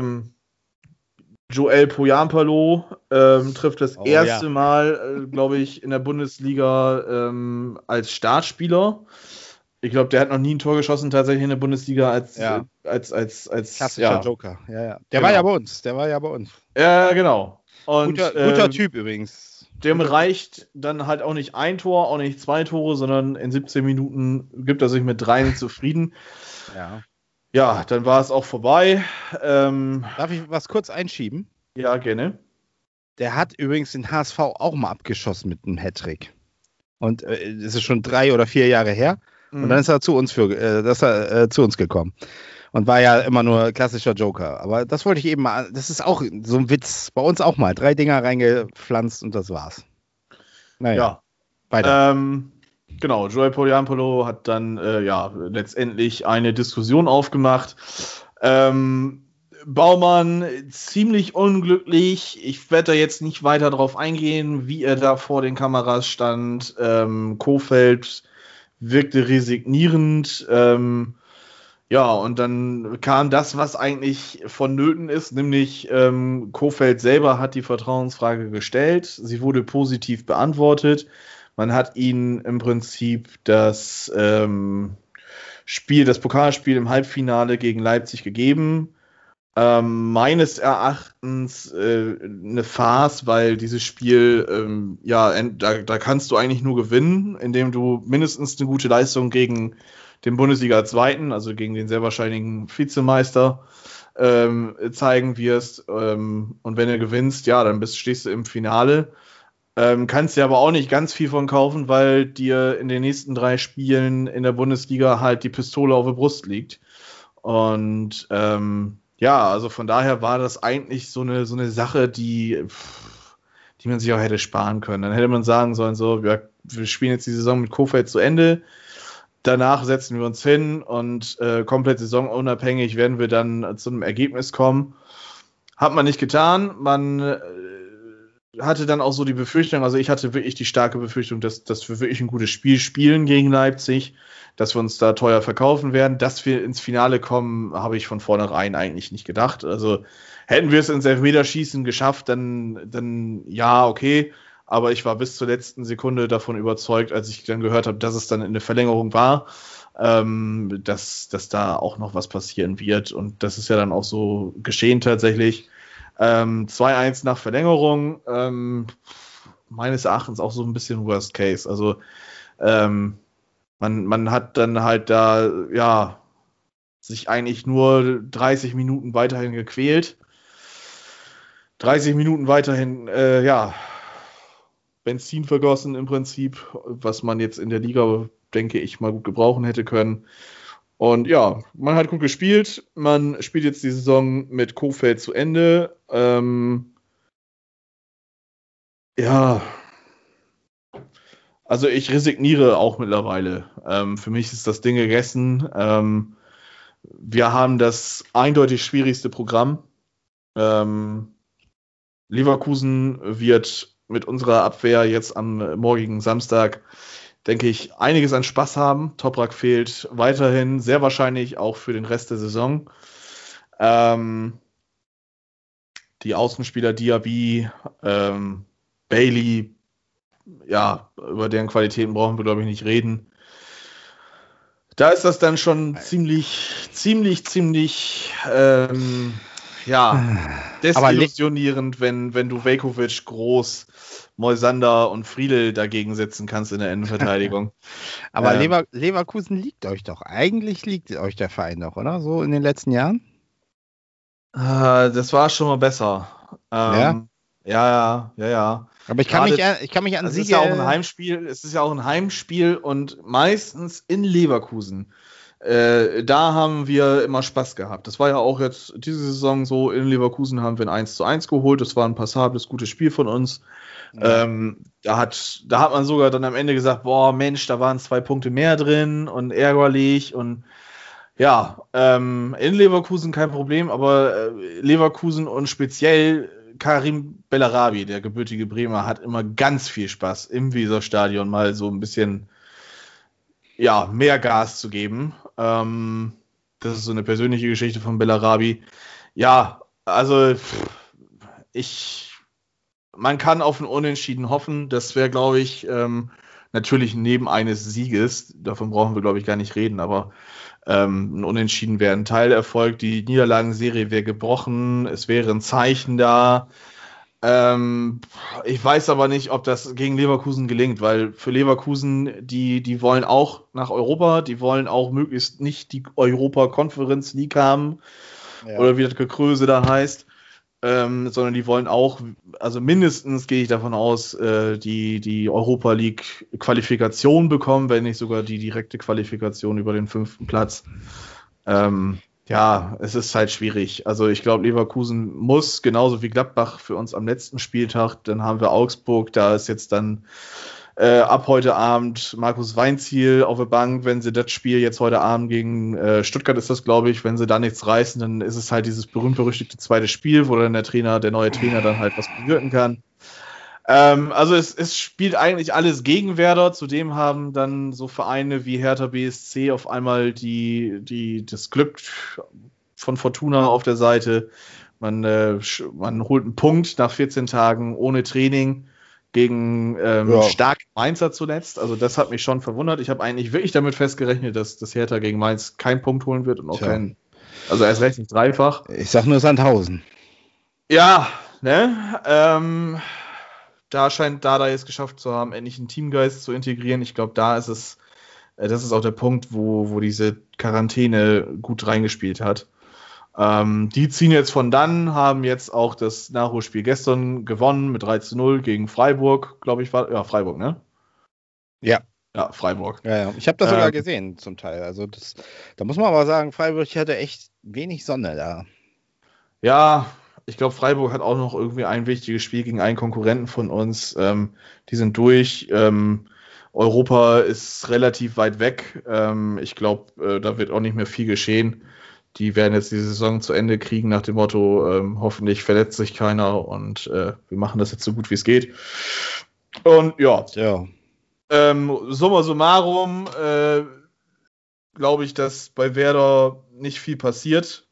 Speaker 2: Joel Poyampalo, trifft das erste Mal, glaube ich, in der Bundesliga als Startspieler. Ich glaube, der hat noch nie ein Tor geschossen, tatsächlich in der Bundesliga als
Speaker 3: klassischer Joker. Ja. Der war ja bei uns.
Speaker 2: Ja, genau. Und,
Speaker 3: guter Typ übrigens.
Speaker 2: Dem reicht dann halt auch nicht ein Tor, auch nicht 2 Tore, sondern in 17 Minuten gibt er sich mit 3 zufrieden.
Speaker 3: Ja.
Speaker 2: Ja, dann war es auch vorbei.
Speaker 3: Darf ich was kurz einschieben?
Speaker 2: Ja, gerne.
Speaker 3: Der hat übrigens den HSV auch mal abgeschossen mit einem Hattrick. Und es ist schon 3 oder 4 Jahre her. Und dann ist er zu uns gekommen. Und war ja immer nur klassischer Joker. Aber das wollte ich eben mal, das ist auch so ein Witz. Bei uns auch mal 3 Dinger reingepflanzt und das war's. Naja, weiter.
Speaker 2: Genau, Joel Poyampalo hat dann letztendlich eine Diskussion aufgemacht. Baumann ziemlich unglücklich. Ich werde da jetzt nicht weiter drauf eingehen, wie er da vor den Kameras stand. Kohfeldt wirkte resignierend. Und dann kam das, was eigentlich vonnöten ist, nämlich Kohfeldt selber hat die Vertrauensfrage gestellt. Sie wurde positiv beantwortet. Man hat ihnen im Prinzip das Pokalspiel im Halbfinale gegen Leipzig gegeben. Meines Erachtens eine Farce, weil dieses Spiel, da kannst du eigentlich nur gewinnen, indem du mindestens eine gute Leistung gegen den Bundesliga-Zweiten, also gegen den sehr wahrscheinlichen Vizemeister, zeigen wirst. Und wenn du gewinnst, ja, dann stehst du im Finale. Kannst dir aber auch nicht ganz viel von kaufen, weil dir in den nächsten 3 Spielen in der Bundesliga halt die Pistole auf der Brust liegt. Und also von daher war das eigentlich so eine Sache, die man sich auch hätte sparen können. Dann hätte man sagen sollen, so, wir spielen jetzt die Saison mit Kohfeldt zu Ende. Danach setzen wir uns hin und komplett saisonunabhängig werden wir dann zu einem Ergebnis kommen. Hat man nicht getan. Man hatte dann auch so die Befürchtung, also ich hatte wirklich die starke Befürchtung, dass wir wirklich ein gutes Spiel spielen gegen Leipzig, dass wir uns da teuer verkaufen werden. Dass wir ins Finale kommen, habe ich von vornherein eigentlich nicht gedacht. Also hätten wir es ins Elfmeterschießen geschafft, dann ja, okay. Aber ich war bis zur letzten Sekunde davon überzeugt, als ich dann gehört habe, dass es dann in der Verlängerung war, dass da auch noch was passieren wird. Und das ist ja dann auch so geschehen tatsächlich. 2-1 nach Verlängerung, meines Erachtens auch so ein bisschen Worst Case. Also man hat dann halt da, ja, sich eigentlich nur 30 Minuten weiterhin gequält. 30 Minuten weiterhin, Benzin vergossen im Prinzip, was man jetzt in der Liga, denke ich, mal gut gebrauchen hätte können. Und ja, man hat gut gespielt. Man spielt jetzt die Saison mit Kohfeldt zu Ende. Also ich resigniere auch mittlerweile. Für mich ist das Ding gegessen. Wir haben das eindeutig schwierigste Programm. Leverkusen wird mit unserer Abwehr jetzt am morgigen Samstag, denke ich, einiges an Spaß haben. Toprak fehlt weiterhin, sehr wahrscheinlich auch für den Rest der Saison. Die Außenspieler Diaby, Bailey über deren Qualitäten brauchen wir, glaube ich, nicht reden. Da ist das dann schon ziemlich desillusionierend, wenn du Veljkovic, Groß, Moisander und Friedl dagegen setzen kannst in der Innenverteidigung.
Speaker 3: Aber Leverkusen liegt euch doch. Eigentlich liegt euch der Verein doch, oder? So in den letzten Jahren?
Speaker 2: Das war schon mal besser. Ja.
Speaker 3: Aber ich kann mich an
Speaker 2: Siege... Es ist ja auch ein Heimspiel und meistens in Leverkusen. Da haben wir immer Spaß gehabt. Das war ja auch jetzt diese Saison so. In Leverkusen haben wir ein 1:1 geholt. Das war ein passables, gutes Spiel von uns. Ja. Da hat man sogar dann am Ende gesagt, boah, Mensch, da waren 2 Punkte mehr drin und ärgerlich und ja, in Leverkusen kein Problem, aber Leverkusen und speziell Karim Bellarabi, der gebürtige Bremer, hat immer ganz viel Spaß im Weserstadion mal so ein bisschen mehr Gas zu geben. Das ist so eine persönliche Geschichte von Bellarabi. Ja, also man kann auf ein Unentschieden hoffen. Das wäre, glaube ich, natürlich neben eines Sieges, davon brauchen wir, glaube ich, gar nicht reden, aber ein Unentschieden wäre ein Teilerfolg. Die Niederlagenserie wäre gebrochen. Es wäre ein Zeichen da. Ich weiß aber nicht, ob das gegen Leverkusen gelingt, weil für Leverkusen, die wollen auch nach Europa, die wollen auch möglichst nicht die Europa Conference League haben, oder wie das Gekröse da heißt, sondern die wollen auch, also mindestens gehe ich davon aus, die Europa League Qualifikation bekommen, wenn nicht sogar die direkte Qualifikation über den 5. Platz. Es ist halt schwierig. Also ich glaube, Leverkusen muss, genauso wie Gladbach für uns am letzten Spieltag, dann haben wir Augsburg, da ist jetzt dann ab heute Abend Markus Weinziel auf der Bank. Wenn sie das Spiel jetzt heute Abend gegen Stuttgart ist das, glaube ich, wenn sie da nichts reißen, dann ist es halt dieses berühmt-berüchtigte zweite Spiel, wo dann der neue Trainer dann halt was bewirken kann. Also es spielt eigentlich alles gegen Werder. Zudem haben dann so Vereine wie Hertha BSC auf einmal das Glück von Fortuna auf der Seite. Man holt einen Punkt nach 14 Tagen ohne Training gegen stark Mainzer zuletzt. Also das hat mich schon verwundert. Ich habe eigentlich wirklich damit festgerechnet, dass das Hertha gegen Mainz keinen Punkt holen wird und auch also erst recht nicht dreifach.
Speaker 3: Ich sag nur Sandhausen.
Speaker 2: Ja, ne? Da scheint Dada jetzt geschafft zu haben, endlich einen Teamgeist zu integrieren. Ich glaube, das ist auch der Punkt, wo diese Quarantäne gut reingespielt hat. Die ziehen jetzt von dann, haben jetzt auch das Nachholspiel gestern gewonnen mit 3:0 gegen Freiburg, glaube ich, war. Ja, Freiburg, ne?
Speaker 3: Ja.
Speaker 2: Ja, Freiburg.
Speaker 3: Ja. Ich habe das sogar gesehen zum Teil. Also da muss man aber sagen, Freiburg hatte echt wenig Sonne da.
Speaker 2: Ja, ich glaube, Freiburg hat auch noch irgendwie ein wichtiges Spiel gegen einen Konkurrenten von uns. Die sind durch. Europa ist relativ weit weg. Ich glaube, da wird auch nicht mehr viel geschehen. Die werden jetzt die Saison zu Ende kriegen nach dem Motto, hoffentlich verletzt sich keiner und wir machen das jetzt so gut wie es geht. Und summa summarum glaube ich, dass bei Werder nicht viel passiert.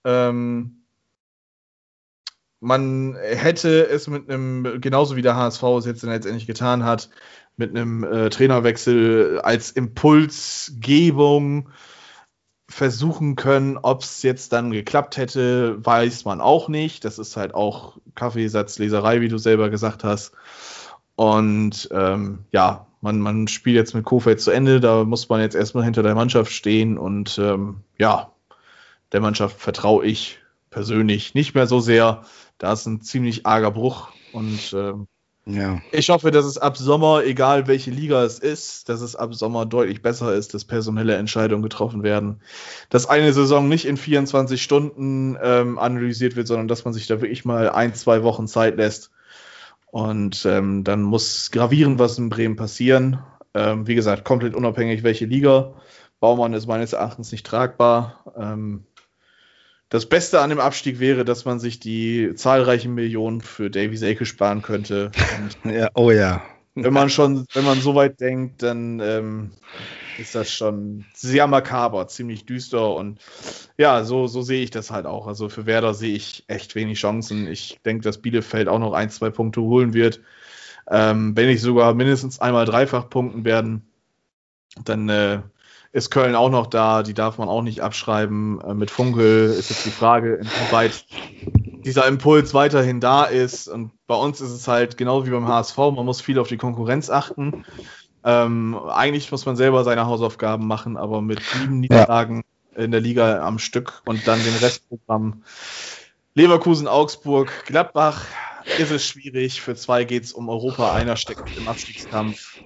Speaker 2: Man hätte es mit einem, genauso wie der HSV es jetzt letztendlich getan hat, mit einem Trainerwechsel als Impulsgebung versuchen können. Ob es jetzt dann geklappt hätte, weiß man auch nicht. Das ist halt auch Kaffeesatzleserei, wie du selber gesagt hast. Und man spielt jetzt mit Kohfeldt zu Ende. Da muss man jetzt erstmal hinter der Mannschaft stehen. Und der Mannschaft vertraue ich persönlich nicht mehr so sehr. Da ist ein ziemlich arger Bruch. Und ich hoffe, dass es ab Sommer, egal welche Liga es ist, dass es ab Sommer deutlich besser ist, dass personelle Entscheidungen getroffen werden. Dass eine Saison nicht in 24 Stunden analysiert wird, sondern dass man sich da wirklich mal 1-2 Wochen Zeit lässt. Und dann muss gravierend was in Bremen passieren. Wie gesagt, komplett unabhängig welche Liga. Baumann ist meines Erachtens nicht tragbar. Das Beste an dem Abstieg wäre, dass man sich die zahlreichen Millionen für Davy Selke sparen könnte. Und wenn man so weit denkt, dann ist das schon sehr makaber, ziemlich düster. Und ja, so sehe ich das halt auch. Also für Werder sehe ich echt wenig Chancen. Ich denke, dass Bielefeld auch noch 1-2 Punkte holen wird. wenn nicht sogar mindestens einmal dreifach punkten werden. Dann ist Köln auch noch da, die darf man auch nicht abschreiben. Mit Funkel ist jetzt die Frage, inwieweit dieser Impuls weiterhin da ist. Und bei uns ist es halt genau wie beim HSV, man muss viel auf die Konkurrenz achten. Eigentlich muss man selber seine Hausaufgaben machen, aber mit 7 Niederlagen in der Liga am Stück und dann den Restprogramm Leverkusen, Augsburg, Gladbach ist es schwierig. Für 2 geht es um Europa, einer steckt im Abstiegskampf.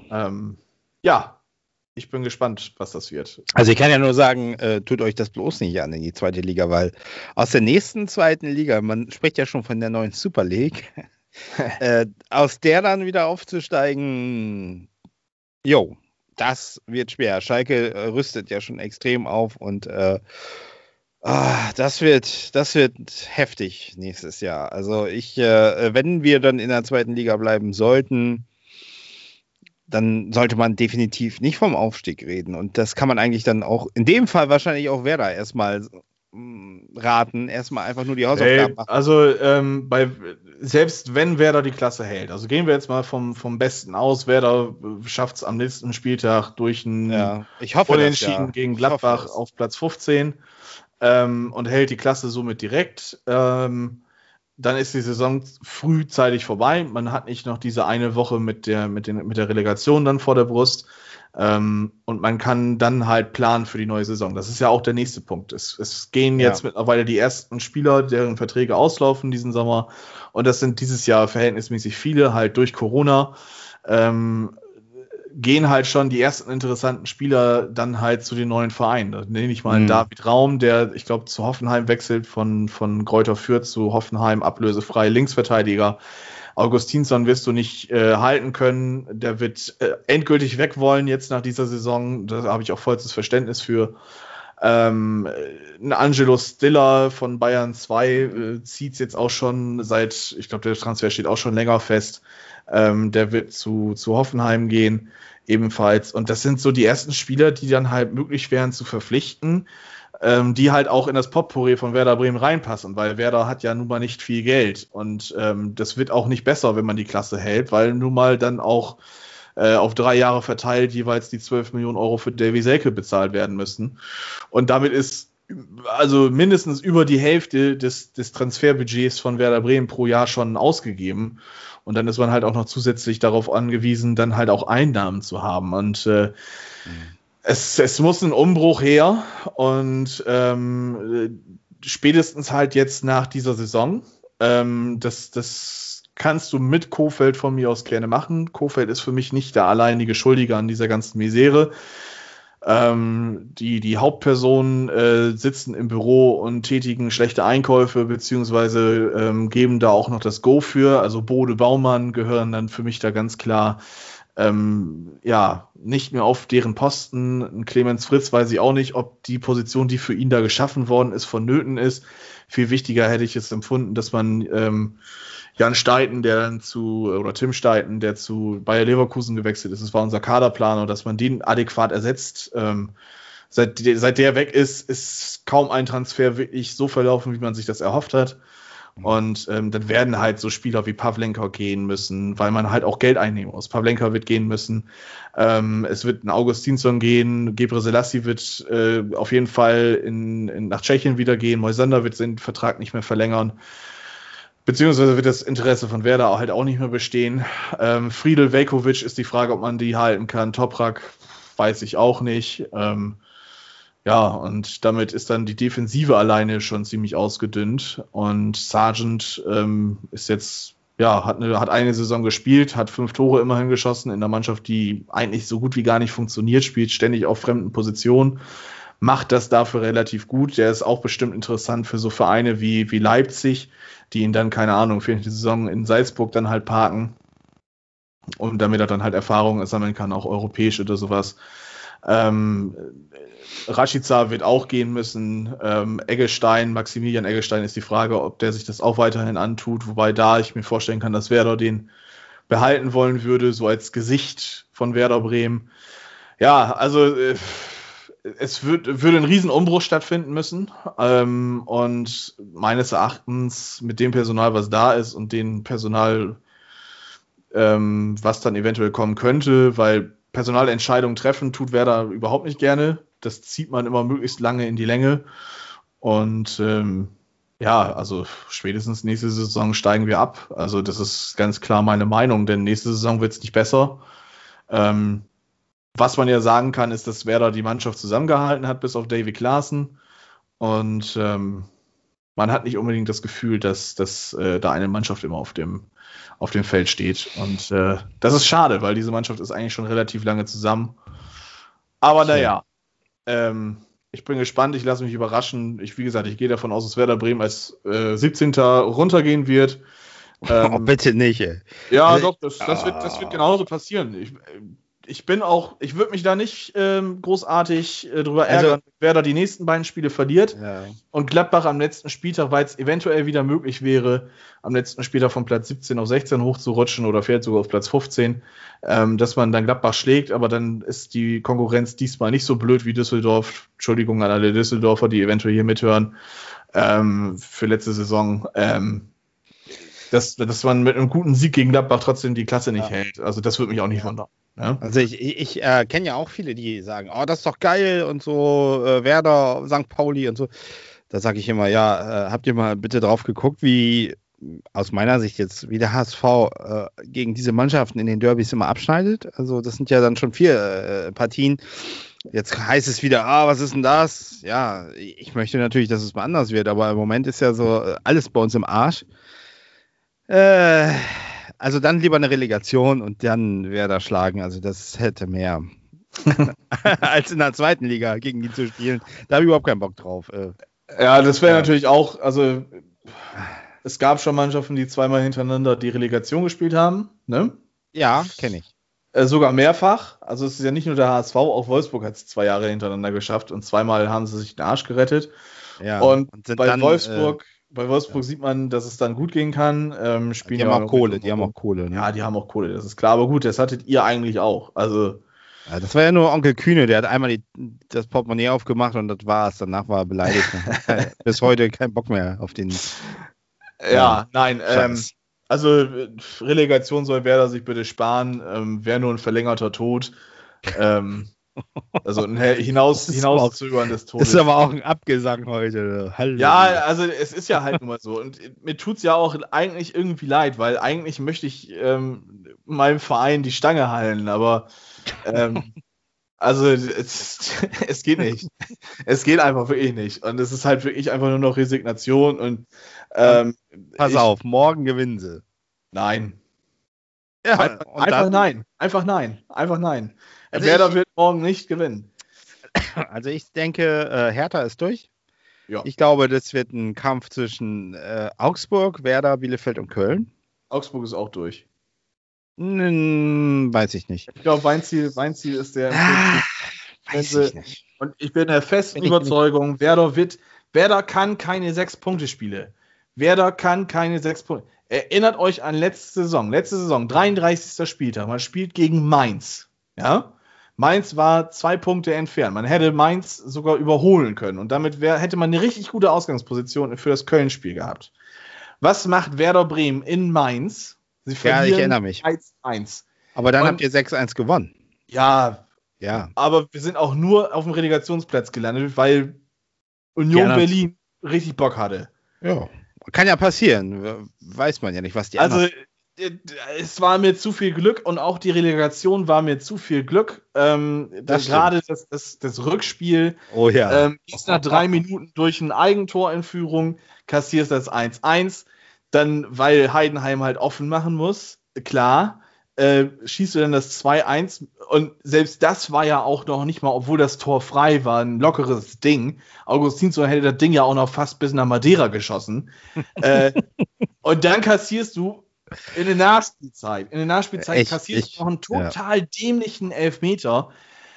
Speaker 2: Ich bin gespannt, was das wird.
Speaker 3: Also ich kann ja nur sagen, tut euch das bloß nicht an in die zweite Liga, weil aus der nächsten zweiten Liga, man spricht ja schon von der neuen Super League, aus der dann wieder aufzusteigen, das wird schwer. Schalke rüstet ja schon extrem auf und das wird heftig nächstes Jahr. Also wenn wir dann in der zweiten Liga bleiben sollten, dann sollte man definitiv nicht vom Aufstieg reden. Und das kann man eigentlich dann auch, in dem Fall wahrscheinlich auch Werder erstmal raten, erstmal einfach nur die Hausaufgaben machen.
Speaker 2: Also selbst wenn Werder die Klasse hält, also gehen wir jetzt mal vom Besten aus, Werder schafft es am nächsten Spieltag durch ein Unentschieden gegen Gladbach auf Platz 15 und hält die Klasse somit direkt, dann ist die Saison frühzeitig vorbei. Man hat nicht noch diese eine Woche mit der Relegation dann vor der Brust. Und man kann dann halt planen für die neue Saison. Das ist ja auch der nächste Punkt. Es gehen jetzt mittlerweile die ersten Spieler, deren Verträge auslaufen diesen Sommer. Und das sind dieses Jahr verhältnismäßig viele, halt durch Corona. Gehen halt schon die ersten interessanten Spieler dann halt zu den neuen Vereinen. Da nenne ich mal einen David Raum, der, ich glaube, zu Hoffenheim wechselt, von Greuther Fürth zu Hoffenheim, ablösefrei Linksverteidiger. Augustinsson wirst du nicht halten können. Der wird endgültig weg wollen jetzt nach dieser Saison. Da habe ich auch vollstes Verständnis für. Ein Angelo Stiller von Bayern 2 zieht es jetzt auch schon ich glaube, der Transfer steht auch schon länger fest. Der wird zu Hoffenheim gehen, ebenfalls. Und das sind so die ersten Spieler, die dann halt möglich wären zu verpflichten, die halt auch in das Potpourri von Werder Bremen reinpassen, weil Werder hat ja nun mal nicht viel Geld. Und das wird auch nicht besser, wenn man die Klasse hält, weil nun mal dann auch auf 3 Jahre verteilt jeweils die 12 Millionen Euro für Davy Selke bezahlt werden müssen. Und damit ist also mindestens über die Hälfte des Transferbudgets von Werder Bremen pro Jahr schon ausgegeben. Und dann ist man halt auch noch zusätzlich darauf angewiesen, dann halt auch Einnahmen zu haben. Und es muss ein Umbruch her. Und spätestens halt jetzt nach dieser Saison, das kannst du mit Kohfeldt von mir aus gerne machen. Kohfeldt ist für mich nicht der alleinige Schuldige an dieser ganzen Misere. Die Hauptpersonen sitzen im Büro und tätigen schlechte Einkäufe, beziehungsweise geben da auch noch das Go für. Also Bode Baumann gehören dann für mich da ganz klar nicht mehr auf deren Posten. Ein Clemens Fritz weiß ich auch nicht, ob die Position, die für ihn da geschaffen worden ist, vonnöten ist. Viel wichtiger hätte ich es empfunden, dass man Jan Steiten, Tim Steiten, der zu Bayer Leverkusen gewechselt ist, das war unser Kaderplaner, dass man den adäquat ersetzt. Seit der weg ist kaum ein Transfer wirklich so verlaufen, wie man sich das erhofft hat. Und dann werden halt so Spieler wie Pavlenka gehen müssen, weil man halt auch Geld einnehmen muss. Pavlenka wird gehen müssen. Es wird ein Augustinsson gehen. Gebre Selassie wird auf jeden Fall nach Tschechien wieder gehen. Moisander wird den Vertrag nicht mehr verlängern. Beziehungsweise wird das Interesse von Werder halt auch nicht mehr bestehen. Friedel Veljković ist die Frage, ob man die halten kann. Toprak weiß ich auch nicht. Und damit ist dann die Defensive alleine schon ziemlich ausgedünnt. Und Sargent ist jetzt, hat eine Saison gespielt, hat 5 Tore immerhin geschossen in der Mannschaft, die eigentlich so gut wie gar nicht funktioniert, spielt ständig auf fremden Positionen, macht das dafür relativ gut. Der ist auch bestimmt interessant für so Vereine wie Leipzig, die ihn dann, keine Ahnung, für die Saison in Salzburg dann halt parken. Und damit er dann halt Erfahrungen sammeln kann, auch europäisch oder sowas. Rashica wird auch gehen müssen. Maximilian Eggestein ist die Frage, ob der sich das auch weiterhin antut. Wobei da ich mir vorstellen kann, dass Werder den behalten wollen würde, so als Gesicht von Werder Bremen. Ja, also es würde ein Riesenumbruch stattfinden müssen. Und meines Erachtens mit dem Personal, was da ist und dem Personal, was dann eventuell kommen könnte, weil Personalentscheidungen treffen tut Werder überhaupt nicht gerne. Das zieht man immer möglichst lange in die Länge. Und also spätestens nächste Saison steigen wir ab. Also das ist ganz klar meine Meinung, denn nächste Saison wird es nicht besser. Was man ja sagen kann, ist, dass Werder die Mannschaft zusammengehalten hat, bis auf Davy Klaassen. Und man hat nicht unbedingt das Gefühl, dass da eine Mannschaft immer auf dem Feld steht. Und das ist schade, weil diese Mannschaft ist eigentlich schon relativ lange zusammen. Aber naja, ich bin gespannt, ich lasse mich überraschen. Wie gesagt, ich gehe davon aus, dass Werder Bremen als 17. runtergehen wird.
Speaker 3: Bitte nicht, ey.
Speaker 2: Ja, doch, das wird genauso passieren. Ich würde mich da nicht großartig drüber ärgern, wer da die nächsten beiden Spiele verliert und Gladbach am letzten Spieltag, weil es eventuell wieder möglich wäre, am letzten Spieltag von Platz 17 auf 16 hochzurutschen oder fährt sogar auf Platz 15, dass man dann Gladbach schlägt, aber dann ist die Konkurrenz diesmal nicht so blöd wie Düsseldorf. Entschuldigung an alle Düsseldorfer, die eventuell hier mithören, für letzte Saison. Dass man mit einem guten Sieg gegen Gladbach trotzdem die Klasse nicht hält. Also das würde mich auch nicht wundern. Ja?
Speaker 3: Also ich kenne ja auch viele, die sagen, oh, das ist doch geil und so, Werder, St. Pauli und so. Da sage ich immer, habt ihr mal bitte drauf geguckt, wie aus meiner Sicht jetzt, wie der HSV gegen diese Mannschaften in den Derbys immer abschneidet. Also das sind ja dann schon 4 Partien. Jetzt heißt es wieder, was ist denn das? Ja, ich möchte natürlich, dass es mal anders wird, aber im Moment ist ja so alles bei uns im Arsch. Also dann lieber eine Relegation und dann Werder schlagen. Also das hätte mehr als in der zweiten Liga gegen die zu spielen. Da habe ich überhaupt keinen Bock drauf.
Speaker 2: Ja, das wäre natürlich auch, also es gab schon Mannschaften, die zweimal hintereinander die Relegation gespielt haben. Ne?
Speaker 3: Ja, kenne ich.
Speaker 2: Sogar mehrfach. Also es ist ja nicht nur der HSV, auch Wolfsburg hat es 2 Jahre hintereinander geschafft und zweimal haben sie sich den Arsch gerettet. Ja, und bei dann, Wolfsburg sieht man, dass es dann gut gehen kann.
Speaker 3: Die haben auch Kohle. Ne?
Speaker 2: Ja, die haben auch Kohle, das ist klar. Aber gut, das hattet ihr eigentlich auch. Also,
Speaker 3: ja, das war ja nur Onkel Kühne, der hat einmal das Portemonnaie aufgemacht und das war's. Danach war er beleidigt. Bis heute kein Bock mehr auf den.
Speaker 2: Nein. Also Relegation soll Werder sich bitte sparen. Wäre nur ein verlängerter Tod. Also ein Hinauszögern des Todes.
Speaker 3: Das ist aber auch ein Abgesang heute. Halleluja.
Speaker 2: Ja, also es ist ja halt nun mal so. Und mir tut es ja auch eigentlich irgendwie leid, weil eigentlich möchte ich meinem Verein die Stange halten, aber also es geht nicht. Es geht einfach wirklich nicht. Und es ist halt wirklich einfach nur noch Resignation. Und
Speaker 3: pass auf, morgen gewinnen sie.
Speaker 2: Nein.
Speaker 3: Ja,
Speaker 2: einfach nein. Einfach nein. Also Werder wird morgen nicht gewinnen.
Speaker 3: Also ich denke, Hertha ist durch.
Speaker 2: Ja.
Speaker 3: Ich glaube, das wird ein Kampf zwischen Augsburg, Werder, Bielefeld und Köln.
Speaker 2: Augsburg ist auch durch.
Speaker 3: Weiß ich nicht.
Speaker 2: Ich glaube, Weinziel ist der.
Speaker 3: Weiß ich nicht.
Speaker 2: Und ich bin der festen Überzeugung, Werder kann keine 6-Punkte-Spiele. Werder kann keine 6 Punkte. Erinnert euch an letzte Saison, 33. Spieltag. Man spielt gegen Mainz. Ja? Mainz war 2 Punkte entfernt. Man hätte Mainz sogar überholen können. Und damit hätte man eine richtig gute Ausgangsposition für das Köln-Spiel gehabt. Was macht Werder Bremen in Mainz? Sie verlieren
Speaker 3: ich erinnere mich.
Speaker 2: 1-1.
Speaker 3: Aber dann habt ihr 6-1 gewonnen.
Speaker 2: Ja. Aber wir sind auch nur auf dem Relegationsplatz gelandet, weil Union Berlin richtig Bock hatte.
Speaker 3: Ja. Kann ja passieren. Weiß man ja nicht, was die anderen.
Speaker 2: Also, es war mir zu viel Glück und auch die Relegation war mir zu viel Glück. Gerade das Rückspiel.
Speaker 3: Oh ja.
Speaker 2: Gehst nach 3 Minuten durch ein Eigentor in Führung, kassierst das 1-1. Dann, weil Heidenheim halt offen machen muss, klar, schießt du dann das 2-1 und selbst das war ja auch noch nicht mal, obwohl das Tor frei war, ein lockeres Ding. Augustinsson hätte das Ding ja auch noch fast bis nach Madeira geschossen. Und dann kassierst du in der Nachspielzeit kassierst du noch einen total dämlichen Elfmeter.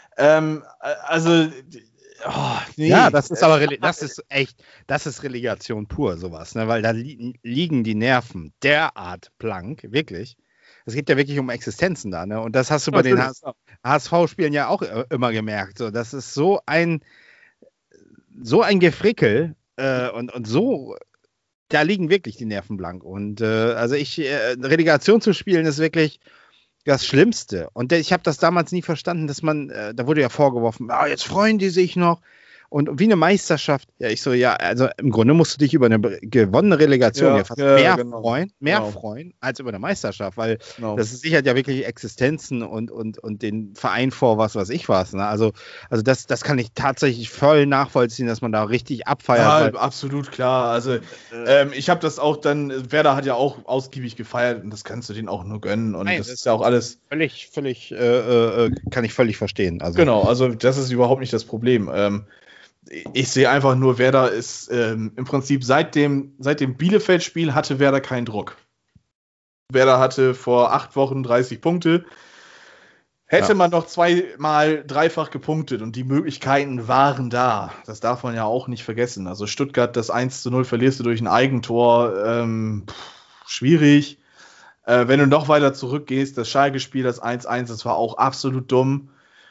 Speaker 2: Nee.
Speaker 3: Ja, das ist aber das ist Relegation pur, sowas, ne? Weil da liegen die Nerven derart blank, wirklich. Es geht ja wirklich um Existenzen da, ne? Und das hast du bei den HSV-Spielen ja auch immer gemerkt. So, das ist so ein Gefrickel und so da liegen wirklich die Nerven blank. Und Relegation zu spielen ist wirklich das Schlimmste. Und ich habe das damals nie verstanden, dass man, da wurde ja vorgeworfen, jetzt freuen die sich noch. Und wie eine Meisterschaft. Ja, ich so, ja, also im Grunde musst du dich über eine gewonnene Relegation fast mehr freuen, als über eine Meisterschaft, weil das sichert ja wirklich Existenzen und den Verein vor was weiß ich was. Ne? Also das kann ich tatsächlich voll nachvollziehen, dass man da richtig abfeiert.
Speaker 2: Ja, absolut klar. Also ich habe das auch dann, Werder hat ja auch ausgiebig gefeiert und das kannst du denen auch nur gönnen. Und das ist ja auch alles
Speaker 3: völlig, kann ich völlig verstehen. Also.
Speaker 2: Genau, also das ist überhaupt nicht das Problem. Ich sehe einfach nur, Werder ist im Prinzip seit dem Bielefeld-Spiel hatte Werder keinen Druck. Werder hatte vor 8 Wochen 30 Punkte. Hätte man noch zweimal dreifach gepunktet und die Möglichkeiten waren da. Das darf man ja auch nicht vergessen. Also Stuttgart, das 1:0 verlierst du durch ein Eigentor. Schwierig. Wenn du noch weiter zurückgehst, das Schalke-Spiel, das 1:1, das war auch absolut dumm.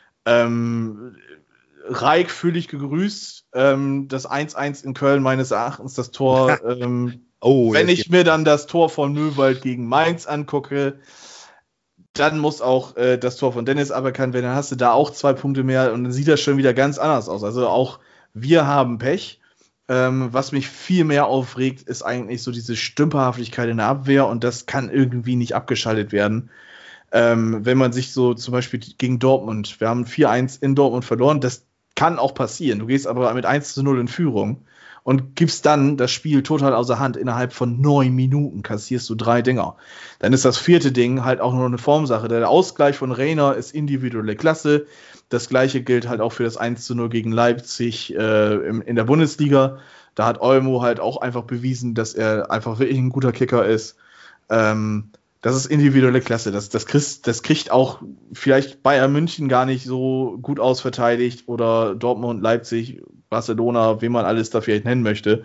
Speaker 2: Reik fühle ich gegrüßt. Das 1:1 in Köln meines Erachtens das Tor. Wenn ich mir dann das Tor von Möwald gegen Mainz angucke, dann muss auch das Tor von Dennis aberkannt werden. Dann hast du da auch 2 Punkte mehr und dann sieht das schon wieder ganz anders aus. Also auch wir haben Pech. Was mich viel mehr aufregt, ist eigentlich so diese Stümperhaftigkeit in der Abwehr und das kann irgendwie nicht abgeschaltet werden. Wenn man sich so zum Beispiel gegen Dortmund, wir haben 4:1 in Dortmund verloren, das kann auch passieren. Du gehst aber mit 1:0 in Führung und gibst dann das Spiel total außer Hand. Innerhalb von 9 Minuten kassierst du 3 Dinger. Dann ist das 4. Ding halt auch nur eine Formsache. Der Ausgleich von Reiner ist individuelle Klasse. Das gleiche gilt halt auch für das 1:0 gegen Leipzig in der Bundesliga. Da hat Olmo halt auch einfach bewiesen, dass er einfach wirklich ein guter Kicker ist. Das ist individuelle Klasse. Das kriegt auch vielleicht Bayern München gar nicht so gut ausverteidigt oder Dortmund, Leipzig, Barcelona, wen man alles da vielleicht nennen möchte.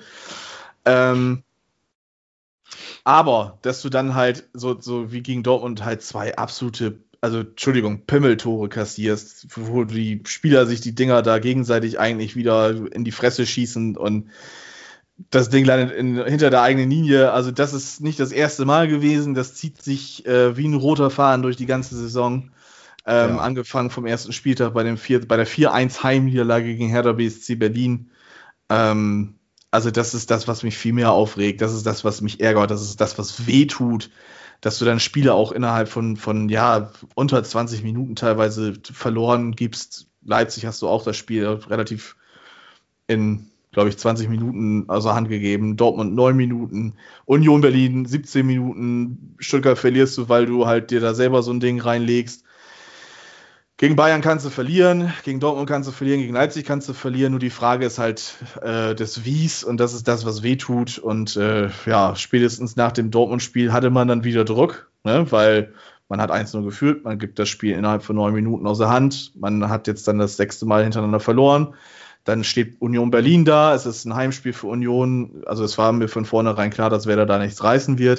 Speaker 2: Aber, dass du dann halt so wie gegen Dortmund halt 2 absolute, Pimmeltore kassierst, wo die Spieler sich die Dinger da gegenseitig eigentlich wieder in die Fresse schießen und das Ding landet hinter der eigenen Linie. Also das ist nicht das erste Mal gewesen. Das zieht sich wie ein roter Faden durch die ganze Saison. Angefangen vom ersten Spieltag bei der 4:1 Heimniederlage gegen Hertha BSC Berlin. Also das ist das, was mich viel mehr aufregt. Das ist das, was mich ärgert. Das ist das, was weh tut. Dass du dann Spiele auch innerhalb von unter 20 Minuten teilweise verloren gibst. Leipzig hast du auch das Spiel relativ in 20 Minuten außer Hand gegeben. Dortmund 9 Minuten. Union Berlin 17 Minuten. Stuttgart verlierst du, weil du halt dir da selber so ein Ding reinlegst. Gegen Bayern kannst du verlieren, gegen Dortmund kannst du verlieren, gegen Leipzig kannst du verlieren. Nur die Frage ist halt des Wies und das ist das, was weh tut. Und spätestens nach dem Dortmund-Spiel hatte man dann wieder Druck, ne? Weil man hat 1:0 geführt, man gibt das Spiel innerhalb von 9 Minuten außer Hand. Man hat jetzt dann das 6. Mal hintereinander verloren. Dann steht Union Berlin da, es ist ein Heimspiel für Union, also es war mir von vornherein klar, dass Werder da nichts reißen wird.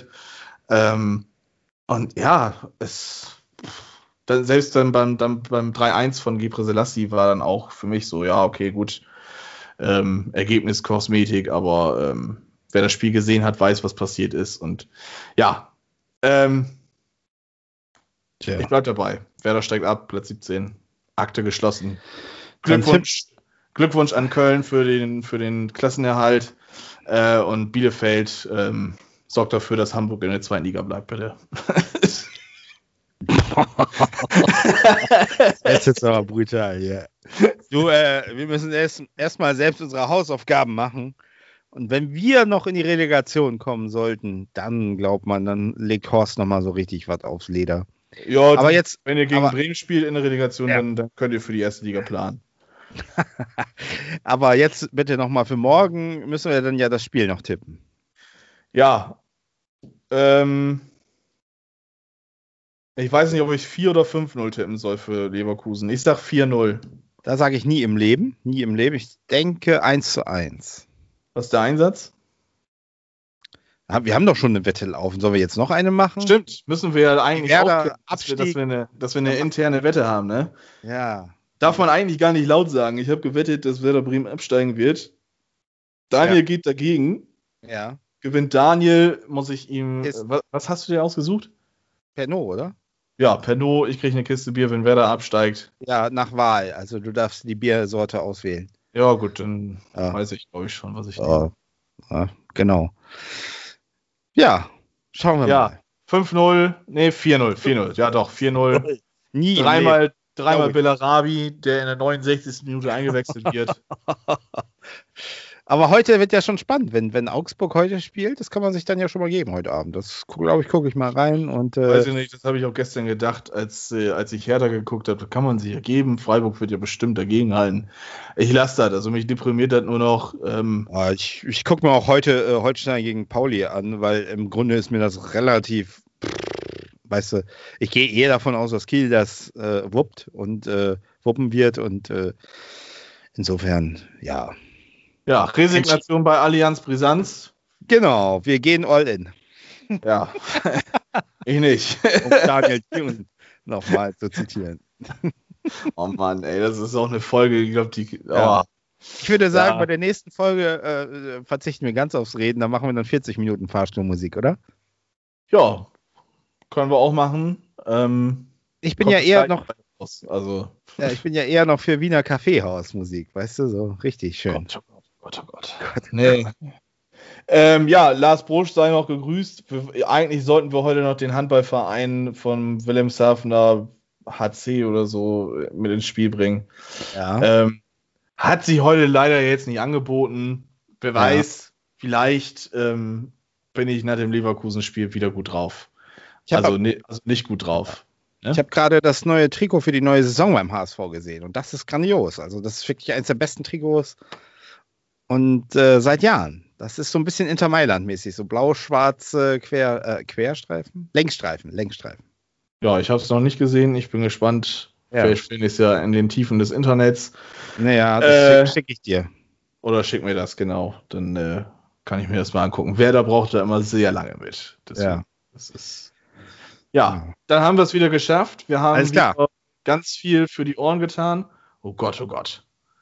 Speaker 2: Selbst dann beim 3:1 von Gebre Selassie war dann auch für mich so, ja, okay, gut, Ergebnis Kosmetik, aber wer das Spiel gesehen hat, weiß, was passiert ist und ja, ich bleib dabei. Werder steigt ab, Platz 17, Akte geschlossen. Glückwunsch an Köln für den Klassenerhalt und Bielefeld sorgt dafür, dass Hamburg in der 2. Liga bleibt, bitte.
Speaker 3: Das ist jetzt aber brutal, ja. Du, wir müssen erstmal selbst unsere Hausaufgaben machen. Und wenn wir noch in die Relegation kommen sollten, dann glaubt man, dann legt Horst nochmal so richtig was aufs Leder.
Speaker 2: Ja, aber jetzt, wenn ihr gegen Bremen spielt in der Relegation, dann könnt ihr für die 1. Liga planen.
Speaker 3: Aber jetzt bitte nochmal für morgen müssen wir dann ja das Spiel noch tippen.
Speaker 2: Ja. Ich weiß nicht, ob ich 4 oder 5-0 tippen soll für Leverkusen. Ich sag 4-0.
Speaker 3: Da sage ich nie im Leben. Nie im Leben. Ich denke 1:1.
Speaker 2: Was ist der Einsatz?
Speaker 3: Wir haben doch schon eine Wette laufen. Sollen wir jetzt noch eine machen?
Speaker 2: Stimmt. Müssen wir ja eigentlich
Speaker 3: auch,
Speaker 2: dass wir eine interne Wette haben, ne?
Speaker 3: Ja.
Speaker 2: Darf man eigentlich gar nicht laut sagen. Ich habe gewettet, dass Werder Bremen absteigen wird. Daniel geht dagegen.
Speaker 3: Ja.
Speaker 2: gewinnt Daniel, muss ich ihm.
Speaker 3: Ist-
Speaker 2: Was hast du dir ausgesucht?
Speaker 3: Pernod, oder?
Speaker 2: Ja, Pernod, ich kriege eine Kiste Bier, wenn Werder absteigt.
Speaker 3: Ja, nach Wahl. Also du darfst die Biersorte auswählen.
Speaker 2: Ja, gut, dann
Speaker 3: Ja.
Speaker 2: weiß ich, glaube ich, schon, was ich nehme.
Speaker 3: Ja, genau. Ja, schauen wir
Speaker 2: Ja,
Speaker 3: mal.
Speaker 2: 5-0, nee, 4-0, 4-0, ja doch, 4-0.
Speaker 3: Nie im
Speaker 2: Dreimal
Speaker 3: Glaub ich.
Speaker 2: Bellarabi, der in der 69. Minute eingewechselt wird.
Speaker 3: Aber heute wird ja schon spannend, wenn Augsburg heute spielt, das kann man sich dann ja schon mal geben heute Abend. Das glaube ich, gucke ich mal rein und
Speaker 2: Weiß ich nicht, das habe ich auch gestern gedacht, als ich Hertha geguckt habe, kann man sich ja geben. Freiburg wird ja bestimmt dagegenhalten. Ich lasse das, also mich deprimiert das nur noch.
Speaker 3: ich gucke mir auch heute Holstein gegen Pauli an, weil im Grunde ist mir das relativ, weißt du, ich gehe eher davon aus, dass Kiel das wuppt und wuppen wird und insofern, ja.
Speaker 2: Ja, Resignation bei Allianz Brisanz.
Speaker 3: Genau, wir gehen all in.
Speaker 2: Ja, ich nicht.
Speaker 3: Um Daniel Thune nochmal zu zitieren.
Speaker 2: Oh Mann, ey, das ist auch eine Folge, ich glaube, die.
Speaker 3: Ja. Ich würde sagen,
Speaker 2: Ja.
Speaker 3: bei der nächsten Folge verzichten wir ganz aufs Reden, da machen wir dann 40 Minuten Fahrstuhlmusik, oder?
Speaker 2: Ja, können wir auch machen.
Speaker 3: Ich bin
Speaker 2: Kommt
Speaker 3: ja eher
Speaker 2: gleich
Speaker 3: noch,
Speaker 2: raus. Also,
Speaker 3: ich bin ja eher noch für Wiener Kaffeehausmusik, weißt du, so richtig schön.
Speaker 2: Gott, oh Gott. Nee. Ja, Lars Brosch sei noch gegrüßt. Eigentlich sollten wir heute noch den Handballverein von Wilhelmshavener HC oder so mit ins Spiel bringen.
Speaker 3: Ja.
Speaker 2: Hat sich heute leider jetzt nicht angeboten. Wer weiß, vielleicht bin ich nach dem Leverkusen-Spiel wieder gut drauf. Also nicht gut drauf. Ne?
Speaker 3: Ich habe gerade das neue Trikot für die neue Saison beim HSV gesehen und das ist grandios. Also das ist wirklich eines der besten Trikots und seit Jahren. Das ist so ein bisschen Inter Mailand-mäßig, so blau-schwarze Querstreifen? Längsstreifen.
Speaker 2: Ja, ich habe es noch nicht gesehen. Ich bin gespannt.
Speaker 3: Ja.
Speaker 2: Vielleicht finde ich es ja in den Tiefen des Internets.
Speaker 3: Naja, das schicke ich dir.
Speaker 2: Oder schick mir das, genau. Dann kann ich mir das mal angucken. Werder braucht da immer sehr lange mit. Deswegen,
Speaker 3: Ja.
Speaker 2: das ist. Ja, dann haben wir es wieder geschafft. Wir haben
Speaker 3: Alles klar.
Speaker 2: wieder ganz viel für die Ohren getan. Oh Gott, oh Gott.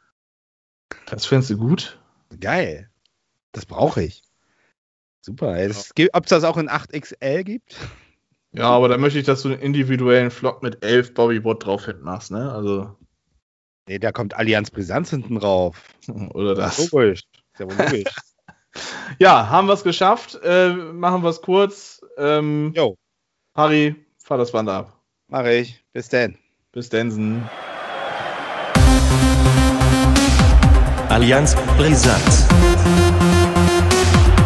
Speaker 2: Das findest du gut?
Speaker 3: Geil. Das brauche ich. Super. Ey. Ob es das auch in 8XL gibt?
Speaker 2: Ja, aber da möchte ich, dass du einen individuellen Flock mit 11 Bobby Bot drauf hinten machst, ne? Also.
Speaker 3: Nee, da kommt Allianz Brisanz hinten drauf.
Speaker 2: Oder das.
Speaker 3: Logisch. Ist ja wohl logisch.
Speaker 2: Ja, haben wir es geschafft. Machen wir es kurz.
Speaker 3: Jo,
Speaker 2: Harry, fahr das Band ab.
Speaker 3: mache ich. Bis dann.
Speaker 2: Bis Densen.
Speaker 1: Allianz Brisant.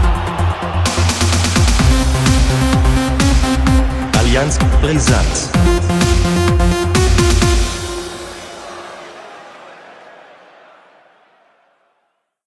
Speaker 1: Allianz Brisant.